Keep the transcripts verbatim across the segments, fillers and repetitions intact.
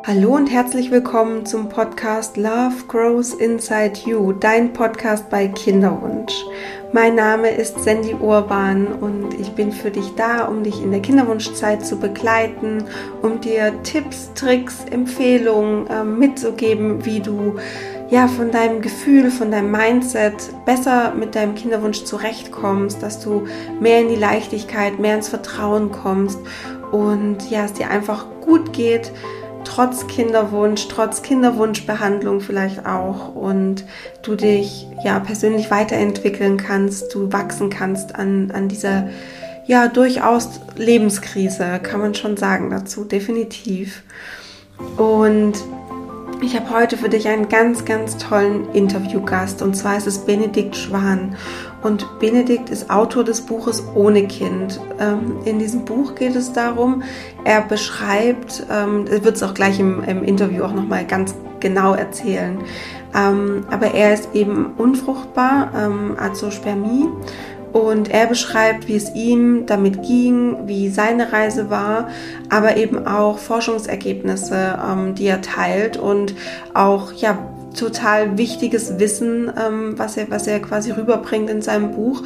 Hallo und herzlich willkommen zum Podcast Love Grows Inside You, dein Podcast bei Kinderwunsch. Mein Name ist Sandy Urban und ich bin für dich da, um dich in der Kinderwunschzeit zu begleiten, um dir Tipps, Tricks, Empfehlungen äh, mitzugeben, wie du ja von deinem Gefühl, von deinem Mindset besser mit deinem Kinderwunsch zurechtkommst, dass du mehr in die Leichtigkeit, mehr ins Vertrauen kommst und ja, es dir einfach gut geht, trotz Kinderwunsch, trotz Kinderwunschbehandlung vielleicht auch, und du dich ja persönlich weiterentwickeln kannst, du wachsen kannst an, an dieser ja durchaus Lebenskrise, kann man schon sagen dazu, definitiv. Und ich habe heute für dich einen ganz, ganz tollen Interviewgast, und zwar ist es Benedikt Schwan. Und Benedikt ist Autor des Buches Ohne Kind. Ähm, in diesem Buch geht es darum, er beschreibt, ähm, er wird es auch gleich im, im Interview auch nochmal ganz genau erzählen, ähm, aber er ist eben unfruchtbar, ähm, Azospermie. Und er beschreibt, wie es ihm damit ging, wie seine Reise war, aber eben auch Forschungsergebnisse, ähm, die er teilt, und auch ja total wichtiges Wissen, ähm, was er, was er quasi rüberbringt in seinem Buch.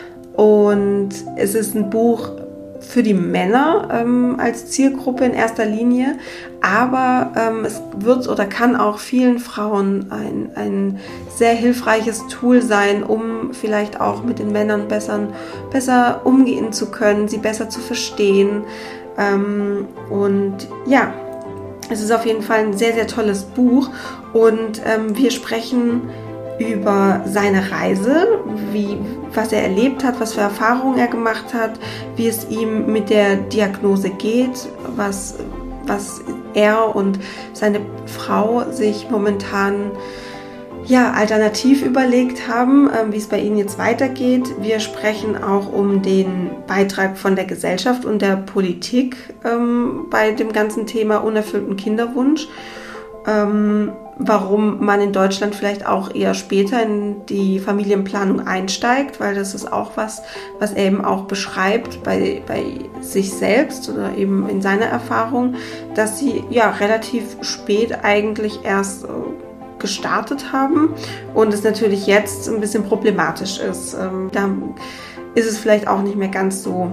Und es ist ein Buch für die Männer ähm, als Zielgruppe in erster Linie, aber ähm, es wird oder kann auch vielen Frauen ein, ein sehr hilfreiches Tool sein, um vielleicht auch mit den Männern besser, besser umgehen zu können, sie besser zu verstehen. Ähm, und ja, es ist auf jeden Fall ein sehr, sehr tolles Buch, und ähm, wir sprechen über seine Reise, wie, was er erlebt hat, was für Erfahrungen er gemacht hat, wie es ihm mit der Diagnose geht, was, was er und seine Frau sich momentan ja, alternativ überlegt haben, äh, wie es bei ihnen jetzt weitergeht. Wir sprechen auch um den Beitrag von der Gesellschaft und der Politik ähm, bei dem ganzen Thema unerfüllten Kinderwunsch. Ähm, warum man in Deutschland vielleicht auch eher später in die Familienplanung einsteigt, weil das ist auch was, was er eben auch beschreibt bei, bei sich selbst oder eben in seiner Erfahrung, dass sie ja relativ spät eigentlich erst äh, gestartet haben und es natürlich jetzt ein bisschen problematisch ist. Ähm, da ist es vielleicht auch nicht mehr ganz so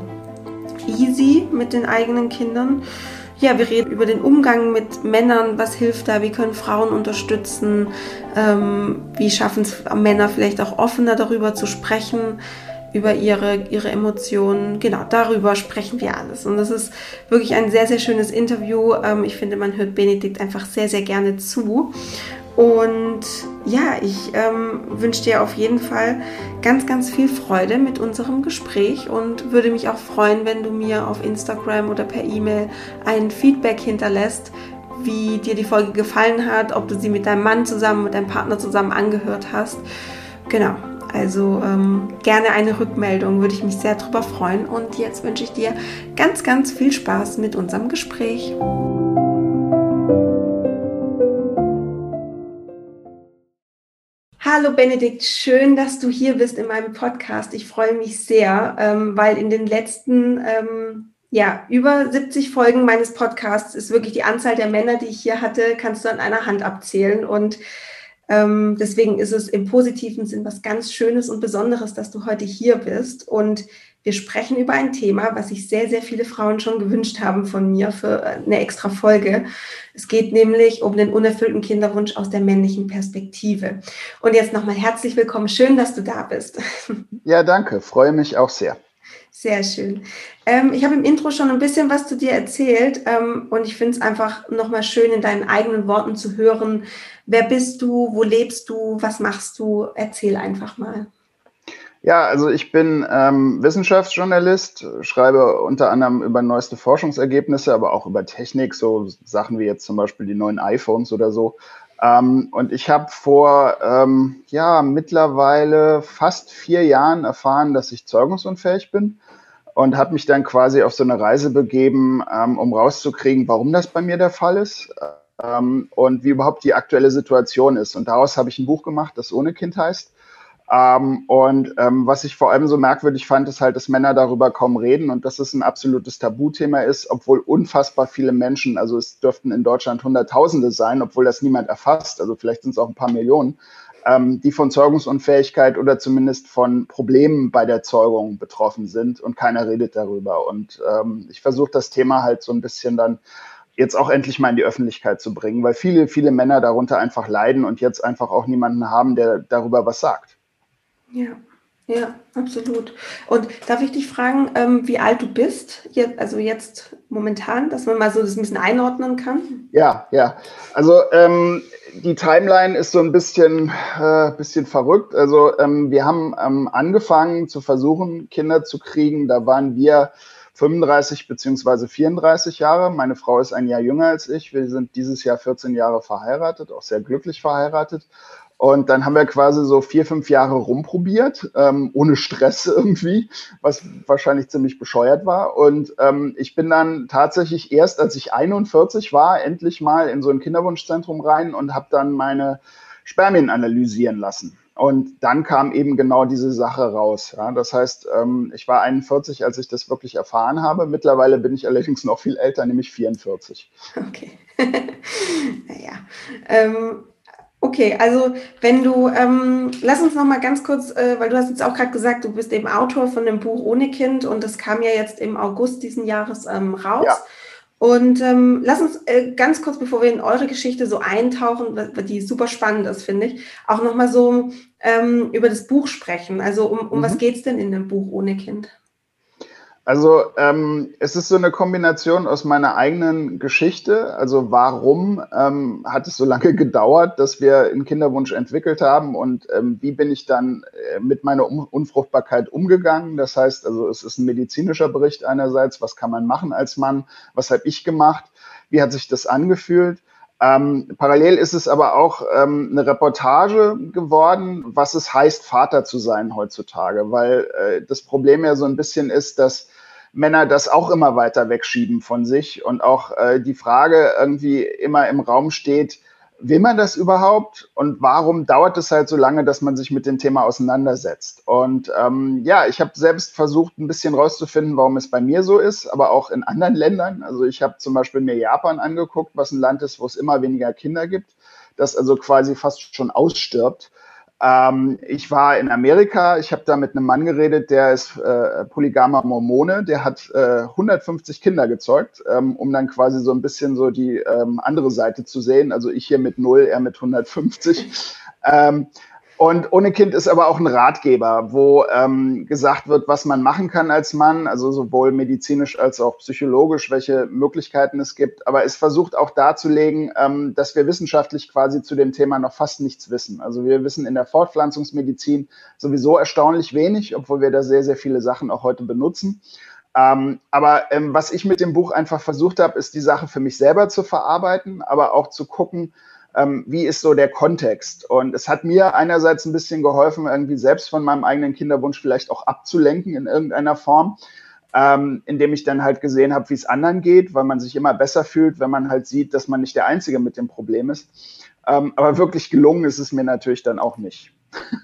easy mit den eigenen Kindern. Ja, wir reden über den Umgang mit Männern, was hilft da, wie können Frauen unterstützen, ähm, wie schaffen es Männer vielleicht auch offener darüber zu sprechen, über ihre, ihre Emotionen. Genau, darüber sprechen wir alles. Und das ist wirklich ein sehr, sehr schönes Interview. Ähm, ich finde, man hört Benedikt einfach sehr, sehr gerne zu. Und ja, ich ähm, wünsche dir auf jeden Fall ganz, ganz viel Freude mit unserem Gespräch und würde mich auch freuen, wenn du mir auf Instagram oder per E-Mail ein Feedback hinterlässt, wie dir die Folge gefallen hat, ob du sie mit deinem Mann zusammen, mit deinem Partner zusammen angehört hast. Genau, also ähm, gerne eine Rückmeldung, würde ich mich sehr drüber freuen. Und jetzt wünsche ich dir ganz, ganz viel Spaß mit unserem Gespräch. Hallo Benedikt, schön, dass du hier bist in meinem Podcast. Ich freue mich sehr, ähm, weil in den letzten ähm, ja, über siebzig Folgen meines Podcasts ist wirklich die Anzahl der Männer, die ich hier hatte, kannst du an einer Hand abzählen. Und ähm, deswegen ist es im positiven Sinn was ganz Schönes und Besonderes, dass du heute hier bist. Und wir sprechen über ein Thema, was sich sehr, sehr viele Frauen schon gewünscht haben von mir für eine extra Folge. Es geht nämlich um den unerfüllten Kinderwunsch aus der männlichen Perspektive. Und jetzt nochmal herzlich willkommen. Schön, dass du da bist. Ja, danke. Freue mich auch sehr. Sehr schön. Ähm, ich habe im Intro schon ein bisschen was zu dir erzählt, ähm, und ich finde es einfach nochmal schön, in deinen eigenen Worten zu hören. Wer bist du? Wo lebst du? Was machst du? Erzähl einfach mal. Ja, also ich bin ähm, Wissenschaftsjournalist, schreibe unter anderem über neueste Forschungsergebnisse, aber auch über Technik, so Sachen wie jetzt zum Beispiel die neuen iPhones oder so. Ähm, und ich habe vor ähm, ja mittlerweile fast vier Jahren erfahren, dass ich zeugungsunfähig bin, und habe mich dann quasi auf so eine Reise begeben, ähm, um rauszukriegen, warum das bei mir der Fall ist ähm, und wie überhaupt die aktuelle Situation ist. Und daraus habe ich ein Buch gemacht, das Ohne Kind heißt. Ähm, und ähm, was ich vor allem so merkwürdig fand, ist halt, dass Männer darüber kaum reden und dass es ein absolutes Tabuthema ist, obwohl unfassbar viele Menschen, also es dürften in Deutschland Hunderttausende sein, obwohl das niemand erfasst, also vielleicht sind es auch ein paar Millionen, ähm, die von Zeugungsunfähigkeit oder zumindest von Problemen bei der Zeugung betroffen sind und keiner redet darüber. Und ähm, ich versuche das Thema halt so ein bisschen dann jetzt auch endlich mal in die Öffentlichkeit zu bringen, weil viele, viele Männer darunter einfach leiden und jetzt einfach auch niemanden haben, der darüber was sagt. Ja, ja, absolut. Und darf ich dich fragen, ähm, wie alt du bist? Jetzt, also jetzt momentan, dass man mal so das ein bisschen einordnen kann? Ja, ja. Also ähm, die Timeline ist so ein bisschen, äh, bisschen verrückt. Also ähm, wir haben ähm, angefangen zu versuchen, Kinder zu kriegen. Da waren wir fünfunddreißig beziehungsweise vierunddreißig Jahre. Meine Frau ist ein Jahr jünger als ich. Wir sind dieses Jahr vierzehn Jahre verheiratet, auch sehr glücklich verheiratet. Und dann haben wir quasi so vier, fünf Jahre rumprobiert, ähm, ohne Stress irgendwie, was wahrscheinlich ziemlich bescheuert war. Und ähm, ich bin dann tatsächlich erst, als ich einundvierzig war, endlich mal in so ein Kinderwunschzentrum rein und habe dann meine Spermien analysieren lassen. Und dann kam eben genau diese Sache raus. Ja. Das heißt, ähm, ich war einundvierzig, als ich das wirklich erfahren habe. Mittlerweile bin ich allerdings noch viel älter, nämlich vierundvierzig. Okay. Naja. Ähm, okay, also wenn du, ähm, lass uns noch mal ganz kurz, äh, weil du hast jetzt auch gerade gesagt, du bist eben Autor von dem Buch Ohne Kind und das kam ja jetzt im August diesen Jahres ähm, raus. Ja. Und ähm, lass uns äh, ganz kurz, bevor wir in eure Geschichte so eintauchen, die super spannend ist, finde ich, auch noch mal so ähm, über das Buch sprechen. Also um, um was Mhm. geht es denn in dem Buch Ohne Kind? Also ähm, es ist so eine Kombination aus meiner eigenen Geschichte. Also warum ähm, hat es so lange gedauert, dass wir einen Kinderwunsch entwickelt haben und ähm, wie bin ich dann äh, mit meiner um Unfruchtbarkeit umgegangen? Das heißt, also es ist ein medizinischer Bericht einerseits, was kann man machen als Mann, was habe ich gemacht, wie hat sich das angefühlt? Ähm, parallel ist es aber auch ähm, eine Reportage geworden, was es heißt, Vater zu sein heutzutage, weil äh, das Problem ja so ein bisschen ist, dass Männer das auch immer weiter wegschieben von sich und auch äh, die Frage irgendwie immer im Raum steht, will man das überhaupt und warum dauert es halt so lange, dass man sich mit dem Thema auseinandersetzt? Und ähm, ja, ich habe selbst versucht, ein bisschen rauszufinden, warum es bei mir so ist, aber auch in anderen Ländern. Also ich habe zum Beispiel mir Japan angeguckt, was ein Land ist, wo es immer weniger Kinder gibt, das also quasi fast schon ausstirbt. Ähm, ich war in Amerika, ich habe da mit einem Mann geredet, der ist äh, polygamer Mormone, der hat äh, hundertfünfzig Kinder gezeugt, ähm, um dann quasi so ein bisschen so die ähm, andere Seite zu sehen. Also ich hier mit null, er mit hundertfünfzig. Ähm, und Ohne Kind ist aber auch ein Ratgeber, wo ähm, gesagt wird, was man machen kann als Mann, also sowohl medizinisch als auch psychologisch, welche Möglichkeiten es gibt. Aber es versucht auch darzulegen, ähm, dass wir wissenschaftlich quasi zu dem Thema noch fast nichts wissen. Also wir wissen in der Fortpflanzungsmedizin sowieso erstaunlich wenig, obwohl wir da sehr, sehr viele Sachen auch heute benutzen. Ähm, aber ähm, was ich mit dem Buch einfach versucht habe, ist die Sache für mich selber zu verarbeiten, aber auch zu gucken, ähm, wie ist so der Kontext. Und es hat mir einerseits ein bisschen geholfen, irgendwie selbst von meinem eigenen Kinderwunsch vielleicht auch abzulenken in irgendeiner Form, ähm, indem ich dann halt gesehen habe, wie es anderen geht, weil man sich immer besser fühlt, wenn man halt sieht, dass man nicht der Einzige mit dem Problem ist. Ähm, aber wirklich gelungen ist es mir natürlich dann auch nicht.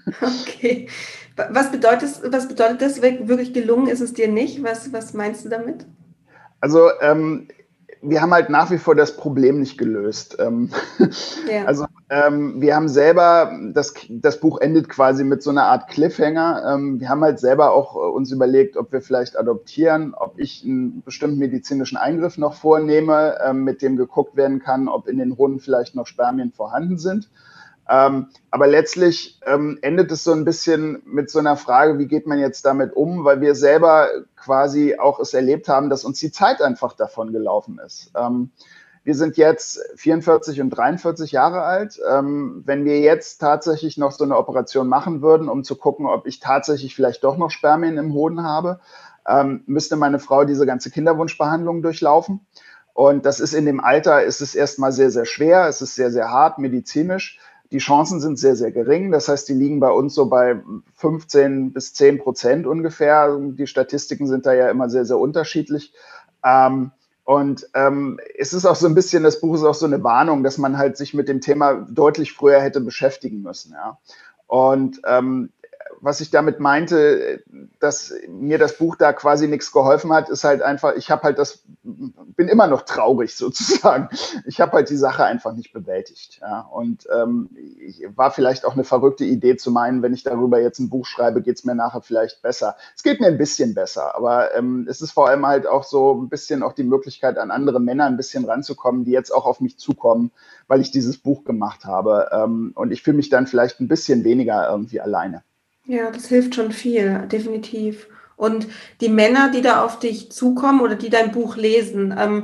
Okay. Was bedeutet, was bedeutet das? Wirklich gelungen ist es dir nicht? Was, was meinst du damit? Also ähm, wir haben halt nach wie vor das Problem nicht gelöst. Ähm, Ja. also ähm, wir haben selber, das, das Buch endet quasi mit so einer Art Cliffhanger. Ähm, wir haben halt selber auch äh, uns überlegt, ob wir vielleicht adoptieren, ob ich einen bestimmten medizinischen Eingriff noch vornehme, ähm, mit dem geguckt werden kann, ob in den Hoden vielleicht noch Spermien vorhanden sind. Ähm, aber letztlich ähm, endet es so ein bisschen mit so einer Frage, wie geht man jetzt damit um, weil wir selber quasi auch es erlebt haben, dass uns die Zeit einfach davon gelaufen ist. Ähm, wir sind jetzt vierundvierzig und dreiundvierzig Jahre alt. Ähm, wenn wir jetzt tatsächlich noch so eine Operation machen würden, um zu gucken, ob ich tatsächlich vielleicht doch noch Spermien im Hoden habe, ähm, müsste meine Frau diese ganze Kinderwunschbehandlung durchlaufen. Und das ist in dem Alter, ist es erstmal sehr, sehr schwer. Es ist sehr, sehr hart medizinisch. Die Chancen sind sehr, sehr gering. Das heißt, die liegen bei uns so bei fünfzehn bis zehn Prozent ungefähr. Die Statistiken sind da ja immer sehr, sehr unterschiedlich. Ähm, und ähm, es ist auch so ein bisschen, das Buch ist auch so eine Warnung, dass man halt sich mit dem Thema deutlich früher hätte beschäftigen müssen. Ja. Und ähm, was ich damit meinte, dass mir das Buch da quasi nichts geholfen hat, ist halt einfach, ich habe halt das, bin immer noch traurig sozusagen. Ich habe halt die Sache einfach nicht bewältigt. Ja. Und ähm, ich, war vielleicht auch eine verrückte Idee zu meinen, wenn ich darüber jetzt ein Buch schreibe, geht es mir nachher vielleicht besser. Es geht mir ein bisschen besser, aber ähm, es ist vor allem halt auch so ein bisschen auch die Möglichkeit, an andere Männer ein bisschen ranzukommen, die jetzt auch auf mich zukommen, weil ich dieses Buch gemacht habe. Ähm, und ich fühle mich dann vielleicht ein bisschen weniger irgendwie alleine. Ja, das hilft schon viel, definitiv. Und die Männer, die da auf dich zukommen oder die dein Buch lesen, ähm,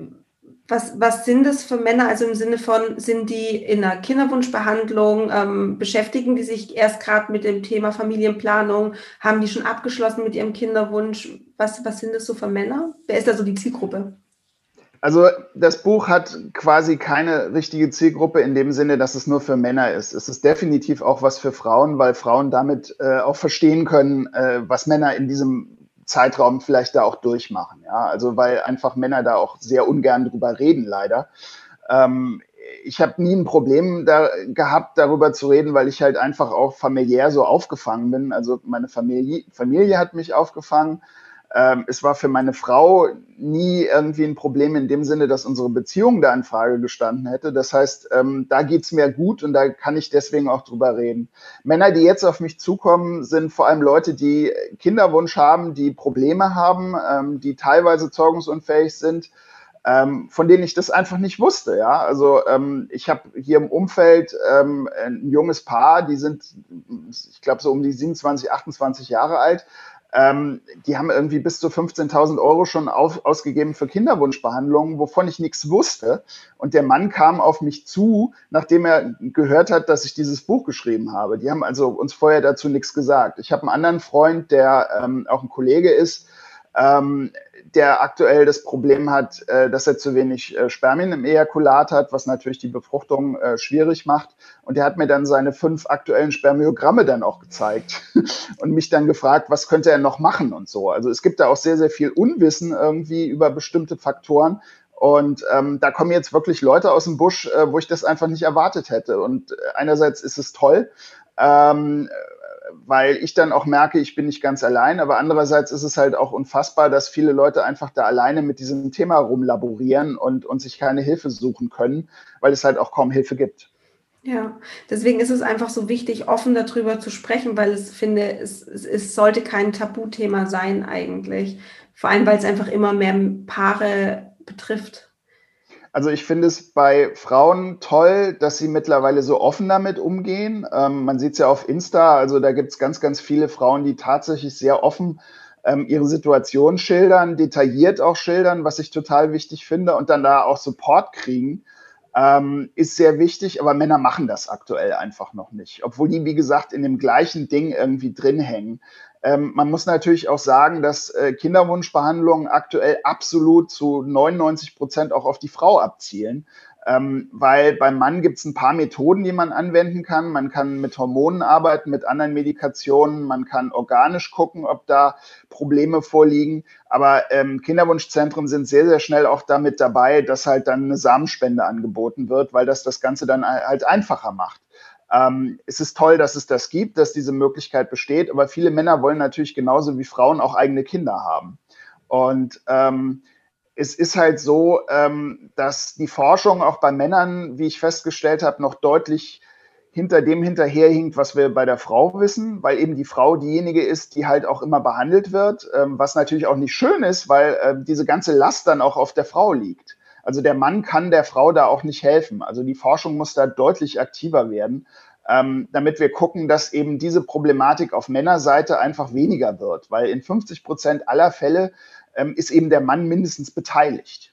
was, was sind das für Männer? Also im Sinne von, sind die in einer Kinderwunschbehandlung, ähm, beschäftigen die sich erst gerade mit dem Thema Familienplanung, haben die schon abgeschlossen mit ihrem Kinderwunsch? Was, was sind das so für Männer? Wer ist da so die Zielgruppe? Also das Buch hat quasi keine richtige Zielgruppe in dem Sinne, dass es nur für Männer ist. Es ist definitiv auch was für Frauen, weil Frauen damit äh, auch verstehen können, äh, was Männer in diesem Zeitraum vielleicht da auch durchmachen. Ja? Also weil einfach Männer da auch sehr ungern drüber reden, leider. Ähm, ich habe nie ein Problem da gehabt, darüber zu reden, weil ich halt einfach auch familiär so aufgefangen bin. Also meine Familie, Familie hat mich aufgefangen. Ähm, es war für meine Frau nie irgendwie ein Problem in dem Sinne, dass unsere Beziehung da in Frage gestanden hätte. Das heißt, ähm, da geht's mir gut und da kann ich deswegen auch drüber reden. Männer, die jetzt auf mich zukommen, sind vor allem Leute, die Kinderwunsch haben, die Probleme haben, ähm, die teilweise zeugungsunfähig sind, ähm, von denen ich das einfach nicht wusste. Ja, also ähm, ich habe hier im Umfeld ähm, ein junges Paar, die sind, ich glaube, so um die siebenundzwanzig, achtundzwanzig Jahre alt. Ähm, die haben irgendwie bis zu fünfzehntausend Euro schon auf, ausgegeben für Kinderwunschbehandlungen, wovon ich nichts wusste. Und der Mann kam auf mich zu, nachdem er gehört hat, dass ich dieses Buch geschrieben habe. Die haben also uns vorher dazu nichts gesagt. Ich habe einen anderen Freund, der ähm, auch ein Kollege ist, ähm, der aktuell das Problem hat, äh, dass er zu wenig äh, Spermien im Ejakulat hat, was natürlich die Befruchtung äh, schwierig macht. Und der hat mir dann seine fünf aktuellen Spermiogramme dann auch gezeigt und mich dann gefragt, was könnte er noch machen und so. Also es gibt da auch sehr, sehr viel Unwissen irgendwie über bestimmte Faktoren. Und ähm, da kommen jetzt wirklich Leute aus dem Busch, äh, wo ich das einfach nicht erwartet hätte. Und einerseits ist es toll, ähm, weil ich dann auch merke, ich bin nicht ganz allein, aber andererseits ist es halt auch unfassbar, dass viele Leute einfach da alleine mit diesem Thema rumlaborieren und, und sich keine Hilfe suchen können, weil es halt auch kaum Hilfe gibt. Ja, deswegen ist es einfach so wichtig, offen darüber zu sprechen, weil ich finde, es, es, es sollte kein Tabuthema sein eigentlich. Vor allem, weil es einfach immer mehr Paare betrifft. Also ich finde es bei Frauen toll, dass sie mittlerweile so offen damit umgehen. Ähm, man sieht es ja auf Insta, also da gibt es ganz, ganz viele Frauen, die tatsächlich sehr offen ähm, ihre Situation schildern, detailliert auch schildern, was ich total wichtig finde und dann da auch Support kriegen. Ähm, ist sehr wichtig, aber Männer machen das aktuell einfach noch nicht, obwohl die, wie gesagt, in dem gleichen Ding irgendwie drin hängen. Ähm, man muss natürlich auch sagen, dass äh, Kinderwunschbehandlungen aktuell absolut zu neunundneunzig Prozent auch auf die Frau abzielen, ähm, weil beim Mann gibt es ein paar Methoden, die man anwenden kann. Man kann mit Hormonen arbeiten, mit anderen Medikationen, man kann organisch gucken, ob da Probleme vorliegen. Aber ähm, Kinderwunschzentren sind sehr, sehr schnell auch damit dabei, dass halt dann eine Samenspende angeboten wird, weil das das Ganze dann halt einfacher macht. Ähm, es ist toll, dass es das gibt, dass diese Möglichkeit besteht, aber viele Männer wollen natürlich genauso wie Frauen auch eigene Kinder haben. Und ähm, es ist halt so, ähm, dass die Forschung auch bei Männern, wie ich festgestellt habe, noch deutlich hinter dem hinterherhinkt, was wir bei der Frau wissen, weil eben die Frau diejenige ist, die halt auch immer behandelt wird, ähm, was natürlich auch nicht schön ist, weil äh, diese ganze Last dann auch auf der Frau liegt. Also der Mann kann der Frau da auch nicht helfen. Also die Forschung muss da deutlich aktiver werden, ähm, damit wir gucken, dass eben diese Problematik auf Männerseite einfach weniger wird, weil in fünfzig Prozent aller Fälle ähm, ist eben der Mann mindestens beteiligt.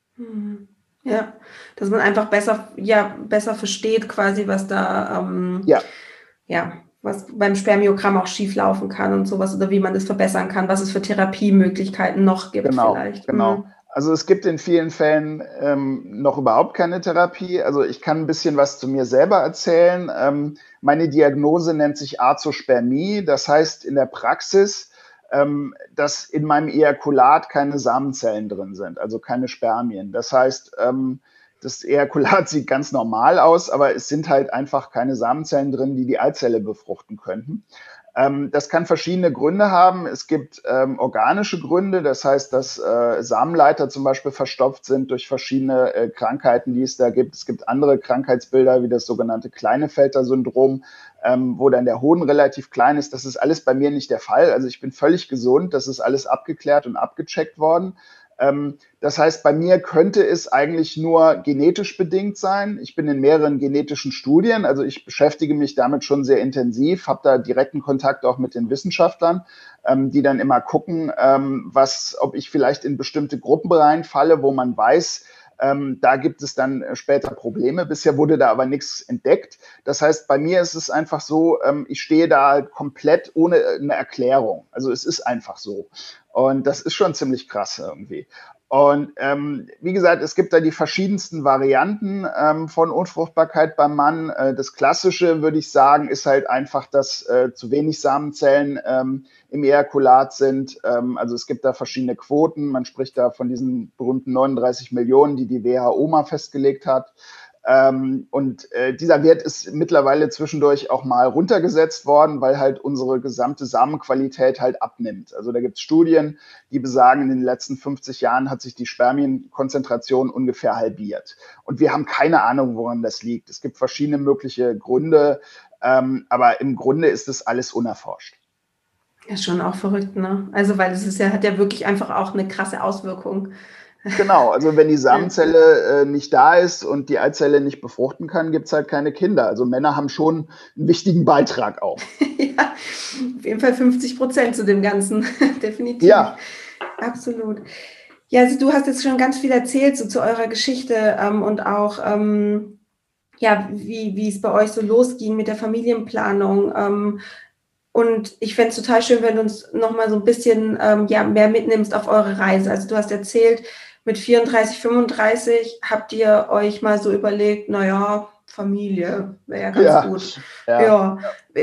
Hm. Ja, dass man einfach besser, ja, besser versteht quasi, was da, ähm, Ja. ja, was beim Spermiogramm auch schief laufen kann und sowas oder wie man das verbessern kann, was es für Therapiemöglichkeiten noch gibt Genau, vielleicht. genau. Mhm. Also es gibt in vielen Fällen ähm, noch überhaupt keine Therapie. Also ich kann ein bisschen was zu mir selber erzählen. Ähm, meine Diagnose nennt sich Azospermie. Das heißt in der Praxis, ähm, dass in meinem Ejakulat keine Samenzellen drin sind, also keine Spermien. Das heißt, ähm, das Ejakulat sieht ganz normal aus, aber es sind halt einfach keine Samenzellen drin, die die Eizelle befruchten könnten. Ähm, das kann verschiedene Gründe haben. Es gibt ähm, organische Gründe, das heißt, dass äh, Samenleiter zum Beispiel verstopft sind durch verschiedene äh, Krankheiten, die es da gibt. Es gibt andere Krankheitsbilder, wie das sogenannte Klinefelter-Syndrom, ähm, wo dann der Hoden relativ klein ist. Das ist alles bei mir nicht der Fall. Also ich bin völlig gesund, das ist alles abgeklärt und abgecheckt worden. Ähm, das heißt, bei mir könnte es eigentlich nur genetisch bedingt sein. Ich bin in mehreren genetischen Studien, also ich beschäftige mich damit schon sehr intensiv, habe da direkten Kontakt auch mit den Wissenschaftlern, ähm, die dann immer gucken, ähm, was, ob ich vielleicht in bestimmte Gruppen reinfalle, wo man weiß, ähm, da gibt es dann später Probleme. Bisher wurde da aber nichts entdeckt. Das heißt, bei mir ist es einfach so, ähm, ich stehe da halt komplett ohne eine Erklärung. Also es ist einfach so. Und das ist schon ziemlich krass irgendwie. Und ähm, wie gesagt, es gibt da die verschiedensten Varianten ähm, von Unfruchtbarkeit beim Mann. Äh, das Klassische, würde ich sagen, ist halt einfach, dass äh, zu wenig Samenzellen ähm, im Ejakulat sind. Ähm, also es gibt da verschiedene Quoten. Man spricht da von diesen berühmten neununddreißig Millionen, die die W H O mal festgelegt hat. Ähm, und äh, dieser Wert ist mittlerweile zwischendurch auch mal runtergesetzt worden, weil halt unsere gesamte Samenqualität halt abnimmt. Also da gibt es Studien, die besagen, in den letzten fünfzig Jahren hat sich die Spermienkonzentration ungefähr halbiert. Und wir haben keine Ahnung, woran das liegt. Es gibt verschiedene mögliche Gründe, ähm, aber im Grunde ist das alles unerforscht. Ja, schon auch verrückt, ne? Also, weil es ist ja, hat ja wirklich einfach auch eine krasse Auswirkung. Genau, also wenn die Samenzelle äh, nicht da ist und die Eizelle nicht befruchten kann, gibt es halt keine Kinder. Also Männer haben schon einen wichtigen Beitrag auch. Ja, auf jeden Fall fünfzig Prozent zu dem Ganzen, definitiv. Ja. Absolut. Ja, also du hast jetzt schon ganz viel erzählt so zu eurer Geschichte ähm, und auch, ähm, ja, wie, wie es bei euch so losging mit der Familienplanung. Ähm, und ich fände es total schön, wenn du uns nochmal so ein bisschen ähm, ja, mehr mitnimmst auf eure Reise. Also du hast erzählt, mit vierunddreißig, fünfunddreißig habt ihr euch mal so überlegt, naja, Familie wäre ja ganz ja, gut. Ja. ja.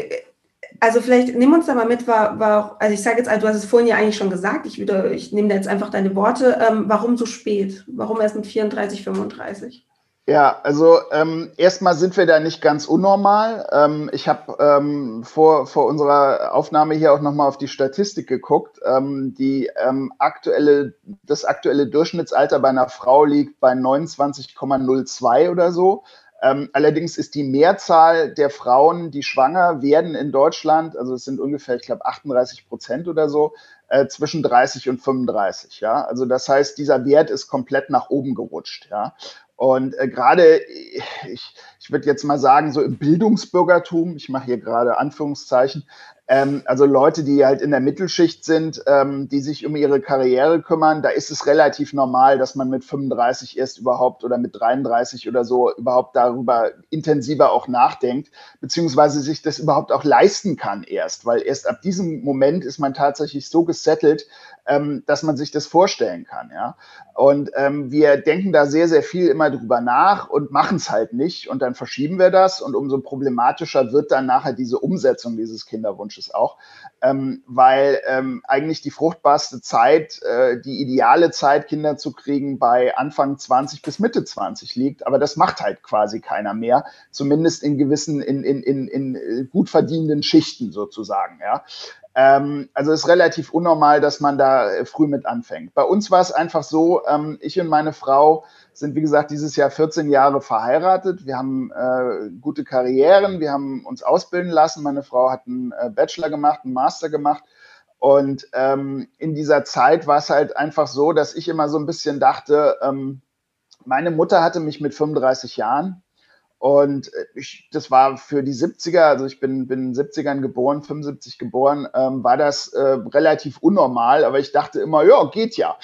Also vielleicht nimm uns da mal mit, war, war, also ich sage jetzt, also du hast es vorhin ja eigentlich schon gesagt, ich, wieder, ich nehme da jetzt einfach deine Worte. Ähm, warum so spät? Warum erst mit vierunddreißig, fünfunddreißig? Ja, also ähm, erstmal sind wir da nicht ganz unnormal. Ähm, ich habe ähm, vor, vor unserer Aufnahme hier auch nochmal auf die Statistik geguckt. Ähm, die, ähm, aktuelle, das aktuelle Durchschnittsalter bei einer Frau liegt bei neunundzwanzig Komma null zwei oder so. Ähm, allerdings ist die Mehrzahl der Frauen, die schwanger werden in Deutschland, also es sind ungefähr, ich glaube, achtunddreißig Prozent oder so, äh, zwischen dreißig und fünfunddreißig. Ja? Also das heißt, dieser Wert ist komplett nach oben gerutscht. Ja? Und äh, gerade, ich, ich würde jetzt mal sagen, so im Bildungsbürgertum, ich mache hier gerade Anführungszeichen, ähm, also Leute, die halt in der Mittelschicht sind, ähm, die sich um ihre Karriere kümmern, da ist es relativ normal, dass man mit fünfunddreißig erst überhaupt oder mit dreiunddreißig oder so überhaupt darüber intensiver auch nachdenkt, beziehungsweise sich das überhaupt auch leisten kann erst, weil erst ab diesem Moment ist man tatsächlich so gesettelt, ähm, dass man sich das vorstellen kann. Ja? Und ähm, wir denken da sehr, sehr viel immer drüber nach und machen es halt nicht und dann verschieben wir das und umso problematischer wird dann nachher diese Umsetzung dieses Kinderwunsches auch, ähm, weil ähm, eigentlich die fruchtbarste Zeit, äh, die ideale Zeit, Kinder zu kriegen, bei Anfang zwanzig bis Mitte zwanzig liegt, aber das macht halt quasi keiner mehr, zumindest in gewissen, in, in, in, in gut verdienenden Schichten sozusagen, ja. Ähm, also es ist relativ unnormal, dass man da früh mit anfängt. Bei uns war es einfach so, ähm, ich und meine Frau sind, wie gesagt, dieses Jahr vierzehn Jahre verheiratet. Wir haben äh, gute Karrieren, wir haben uns ausbilden lassen. Meine Frau hat einen äh, Bachelor gemacht, einen Master gemacht. Und ähm, in dieser Zeit war es halt einfach so, dass ich immer so ein bisschen dachte, ähm, meine Mutter hatte mich mit fünfunddreißig Jahren. Und ich, das war für die siebziger, also ich bin, bin in den siebzigern geboren, fünfundsiebzig geboren, ähm, war das äh, relativ unnormal, aber ich dachte immer, ja, geht ja.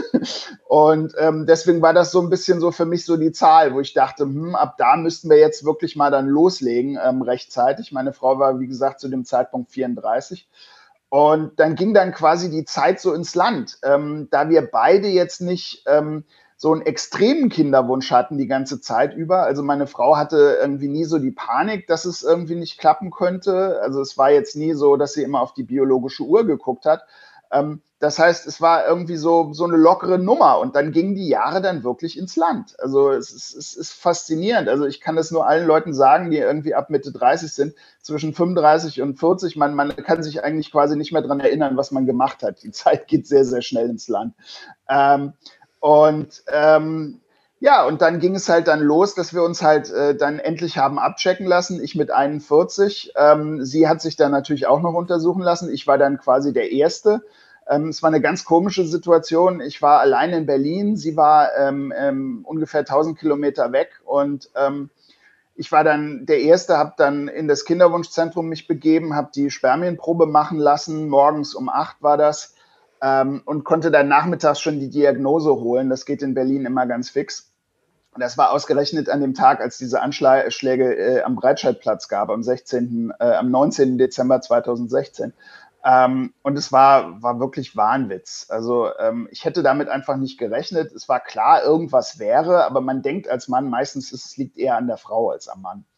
Und ähm, deswegen war das so ein bisschen so für mich so die Zahl, wo ich dachte, hm, ab da müssten wir jetzt wirklich mal dann loslegen, ähm, rechtzeitig. Meine Frau war, wie gesagt, zu dem Zeitpunkt vierunddreißig. Und dann ging dann quasi die Zeit so ins Land, ähm, da wir beide jetzt nicht ähm, so einen extremen Kinderwunsch hatten die ganze Zeit über. Also meine Frau hatte irgendwie nie so die Panik, dass es irgendwie nicht klappen könnte. Also es war jetzt nie so, dass sie immer auf die biologische Uhr geguckt hat. Ähm, das heißt, es war irgendwie so, so eine lockere Nummer und dann gingen die Jahre dann wirklich ins Land. Also es ist, es ist faszinierend. Also ich kann das nur allen Leuten sagen, die irgendwie ab Mitte dreißig sind, zwischen fünfunddreißig und vierzig, man, man kann sich eigentlich quasi nicht mehr dran erinnern, was man gemacht hat. Die Zeit geht sehr, sehr schnell ins Land. Ähm, und ähm, ja, und dann ging es halt dann los, dass wir uns halt äh, dann endlich haben abchecken lassen. Ich mit einundvierzig. Ähm, sie hat sich dann natürlich auch noch untersuchen lassen. Ich war dann quasi der Erste. Ähm, es war eine ganz komische Situation. Ich war allein in Berlin. Sie war ähm, ähm, ungefähr tausend Kilometer weg. Und ähm, ich war dann der Erste, habe dann in das Kinderwunschzentrum mich begeben, habe die Spermienprobe machen lassen. Morgens um acht war das. Ähm, und konnte dann nachmittags schon die Diagnose holen. Das geht in Berlin immer ganz fix. Und das war ausgerechnet an dem Tag, als diese Anschläge äh, am Breitscheidplatz gab, am sechzehnten, äh, am neunzehnten Dezember zweitausendsechzehn. Ähm, und es war, war wirklich Wahnwitz. Also ähm, ich hätte damit einfach nicht gerechnet. Es war klar, irgendwas wäre, aber man denkt als Mann meistens, es liegt eher an der Frau als am Mann.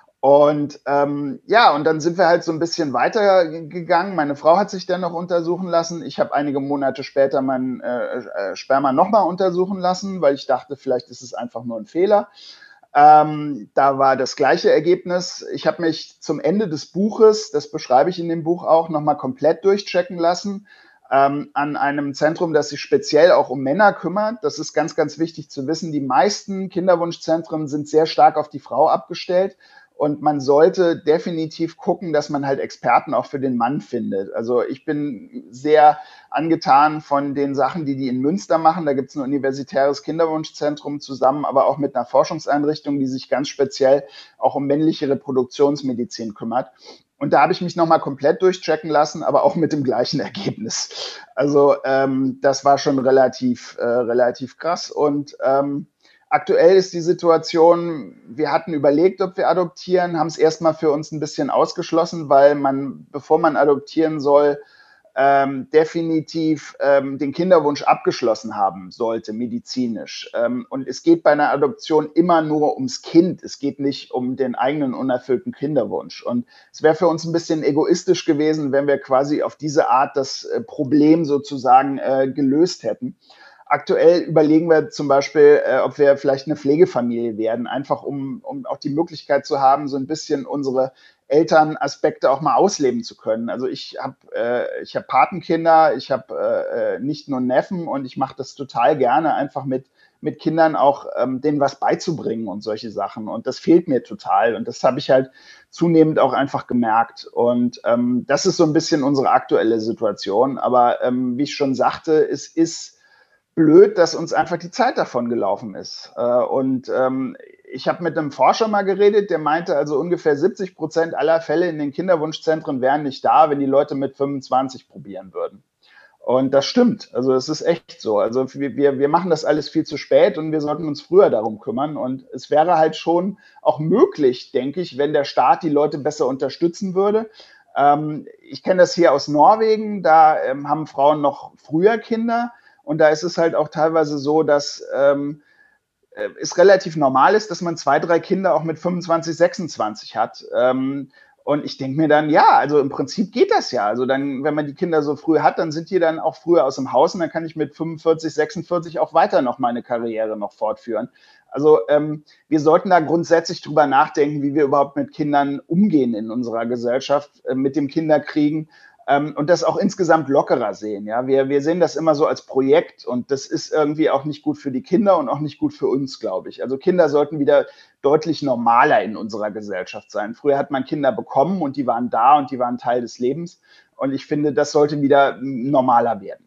Und ähm, ja, und dann sind wir halt so ein bisschen weitergegangen. Meine Frau hat sich dann noch untersuchen lassen. Ich habe einige Monate später mein äh, äh, Sperma nochmal untersuchen lassen, weil ich dachte, vielleicht ist es einfach nur ein Fehler. Ähm, da war das gleiche Ergebnis. Ich habe mich zum Ende des Buches, das beschreibe ich in dem Buch auch, nochmal komplett durchchecken lassen. Ähm, an einem Zentrum, das sich speziell auch um Männer kümmert. Das ist ganz, ganz wichtig zu wissen. Die meisten Kinderwunschzentren sind sehr stark auf die Frau abgestellt. Und man sollte definitiv gucken, dass man halt Experten auch für den Mann findet. Also ich bin sehr angetan von den Sachen, die die in Münster machen. Da gibt es ein universitäres Kinderwunschzentrum zusammen, aber auch mit einer Forschungseinrichtung, die sich ganz speziell auch um männliche Reproduktionsmedizin kümmert. Und da habe ich mich nochmal komplett durchchecken lassen, aber auch mit dem gleichen Ergebnis. Also ähm, das war schon relativ, äh, relativ krass. Und ähm, aktuell ist die Situation, wir hatten überlegt, ob wir adoptieren, haben es erstmal für uns ein bisschen ausgeschlossen, weil man, bevor man adoptieren soll, ähm, definitiv ähm, den Kinderwunsch abgeschlossen haben sollte, medizinisch. Ähm, und es geht bei einer Adoption immer nur ums Kind. Es geht nicht um den eigenen unerfüllten Kinderwunsch. Und es wäre für uns ein bisschen egoistisch gewesen, wenn wir quasi auf diese Art das äh, Problem sozusagen äh, gelöst hätten. Aktuell überlegen wir zum Beispiel, äh, ob wir vielleicht eine Pflegefamilie werden, einfach um, um auch die Möglichkeit zu haben, so ein bisschen unsere Elternaspekte auch mal ausleben zu können. Also ich habe äh, ich hab Patenkinder, ich habe äh, nicht nur Neffen und ich mache das total gerne, einfach mit, mit Kindern auch ähm, denen was beizubringen und solche Sachen. Und das fehlt mir total. Und das habe ich halt zunehmend auch einfach gemerkt. Und ähm, das ist so ein bisschen unsere aktuelle Situation. Aber ähm, wie ich schon sagte, es ist blöd, dass uns einfach die Zeit davon gelaufen ist. Und ähm, ich habe mit einem Forscher mal geredet, der meinte, also ungefähr siebzig Prozent aller Fälle in den Kinderwunschzentren wären nicht da, wenn die Leute mit fünfundzwanzig probieren würden. Und das stimmt. Also es ist echt so. Also wir, wir machen das alles viel zu spät und wir sollten uns früher darum kümmern. Und es wäre halt schon auch möglich, denke ich, wenn der Staat die Leute besser unterstützen würde. Ähm, ich kenne das hier aus Norwegen. Da ähm, haben Frauen noch früher Kinder. Und da ist es halt auch teilweise so, dass ähm, es relativ normal ist, dass man zwei, drei Kinder auch mit fünfundzwanzig, sechsundzwanzig hat. Ähm, und ich denke mir dann, ja, also im Prinzip geht das ja. Also dann, wenn man die Kinder so früh hat, dann sind die dann auch früher aus dem Haus und dann kann ich mit fünfundvierzig, sechsundvierzig auch weiter noch meine Karriere noch fortführen. Also ähm, wir sollten da grundsätzlich drüber nachdenken, wie wir überhaupt mit Kindern umgehen in unserer Gesellschaft, äh, mit dem Kinderkriegen. Und das auch insgesamt lockerer sehen. Ja, wir, wir sehen das immer so als Projekt und das ist irgendwie auch nicht gut für die Kinder und auch nicht gut für uns, glaube ich. Also Kinder sollten wieder deutlich normaler in unserer Gesellschaft sein. Früher hat man Kinder bekommen und die waren da und die waren Teil des Lebens. Und ich finde, das sollte wieder normaler werden.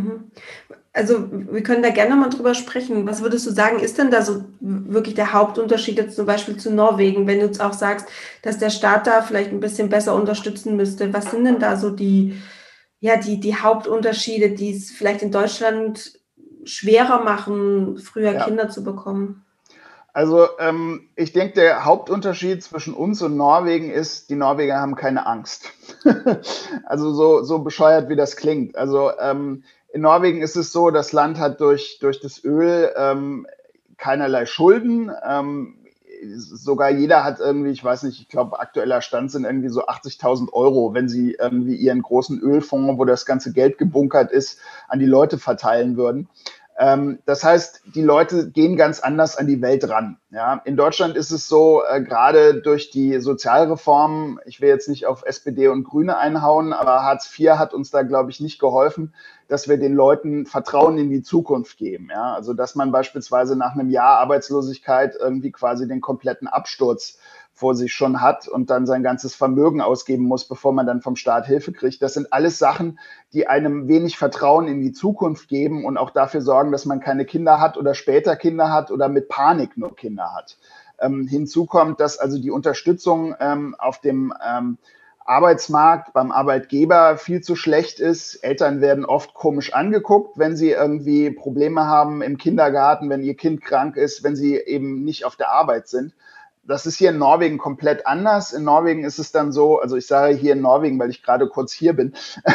Also wir können da gerne mal drüber sprechen. Was würdest du sagen, ist denn da so wirklich der Hauptunterschied jetzt zum Beispiel zu Norwegen, wenn du jetzt auch sagst, dass der Staat da vielleicht ein bisschen besser unterstützen müsste? Was sind denn da so die, ja, die, die Hauptunterschiede, die es vielleicht in Deutschland schwerer machen, früher ja. Kinder zu bekommen? Also ähm, ich denke, der Hauptunterschied zwischen uns und Norwegen ist, die Norweger haben keine Angst. Also so, so bescheuert, wie das klingt. Also ähm, in Norwegen ist es so, das Land hat durch, durch das Öl ähm, keinerlei Schulden. Ähm, sogar jeder hat irgendwie, ich weiß nicht, ich glaube, aktueller Stand sind irgendwie so achtzigtausend Euro, wenn sie irgendwie ihren großen Ölfonds, wo das ganze Geld gebunkert ist, an die Leute verteilen würden. Ähm, das heißt, die Leute gehen ganz anders an die Welt ran. Ja? In Deutschland ist es so, äh, gerade durch die Sozialreformen, ich will jetzt nicht auf S P D und Grüne einhauen, aber Hartz vier hat uns da, glaube ich, nicht geholfen, dass wir den Leuten Vertrauen in die Zukunft geben. Ja? Also, dass man beispielsweise nach einem Jahr Arbeitslosigkeit irgendwie quasi den kompletten Absturz vor sich schon hat und dann sein ganzes Vermögen ausgeben muss, bevor man dann vom Staat Hilfe kriegt. Das sind alles Sachen, die einem wenig Vertrauen in die Zukunft geben und auch dafür sorgen, dass man keine Kinder hat oder später Kinder hat oder mit Panik nur Kinder hat. Ähm, hinzu kommt, dass also die Unterstützung ähm, auf dem ähm, Arbeitsmarkt beim Arbeitgeber viel zu schlecht ist. Eltern werden oft komisch angeguckt, wenn sie irgendwie Probleme haben im Kindergarten, wenn ihr Kind krank ist, wenn sie eben nicht auf der Arbeit sind. Das ist hier in Norwegen komplett anders. In Norwegen ist es dann so, also ich sage hier in Norwegen, weil ich gerade kurz hier bin.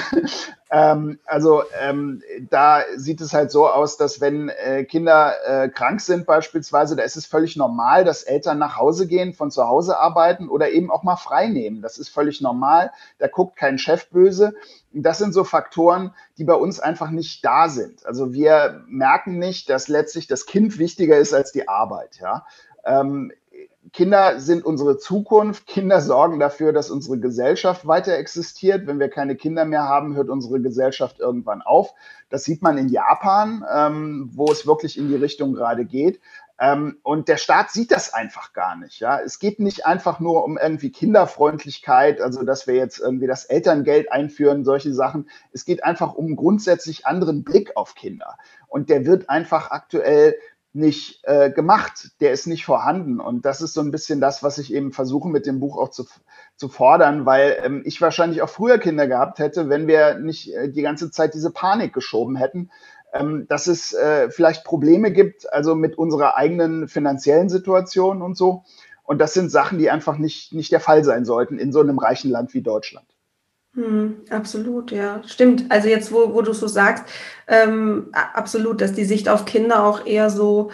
ähm, also ähm, da sieht es halt so aus, dass wenn äh, Kinder äh, krank sind beispielsweise, da ist es völlig normal, dass Eltern nach Hause gehen, von zu Hause arbeiten oder eben auch mal frei nehmen. Das ist völlig normal. Da guckt kein Chef böse. Das sind so Faktoren, die bei uns einfach nicht da sind. Also wir merken nicht, dass letztlich das Kind wichtiger ist als die Arbeit. Ja. Ähm, Kinder sind unsere Zukunft. Kinder sorgen dafür, dass unsere Gesellschaft weiter existiert. Wenn wir keine Kinder mehr haben, hört unsere Gesellschaft irgendwann auf. Das sieht man in Japan, ähm, wo es wirklich in die Richtung gerade geht. Ähm, und der Staat sieht das einfach gar nicht. Ja? Es geht nicht einfach nur um irgendwie Kinderfreundlichkeit, also dass wir jetzt irgendwie das Elterngeld einführen, solche Sachen. Es geht einfach um einen grundsätzlich anderen Blick auf Kinder. Und der wird einfach aktuell nicht äh, gemacht, der ist nicht vorhanden. Und das ist so ein bisschen das, was ich eben versuche mit dem Buch auch zu, zu fordern, weil ähm, ich wahrscheinlich auch früher Kinder gehabt hätte, wenn wir nicht äh, die ganze Zeit diese Panik geschoben hätten, ähm, dass es äh, vielleicht Probleme gibt, also mit unserer eigenen finanziellen Situation und so. Und das sind Sachen, die einfach nicht, nicht der Fall sein sollten in so einem reichen Land wie Deutschland. Hm, absolut, ja, stimmt. Also jetzt, wo, wo du so sagst, ähm, a- absolut, dass die Sicht auf Kinder auch eher so,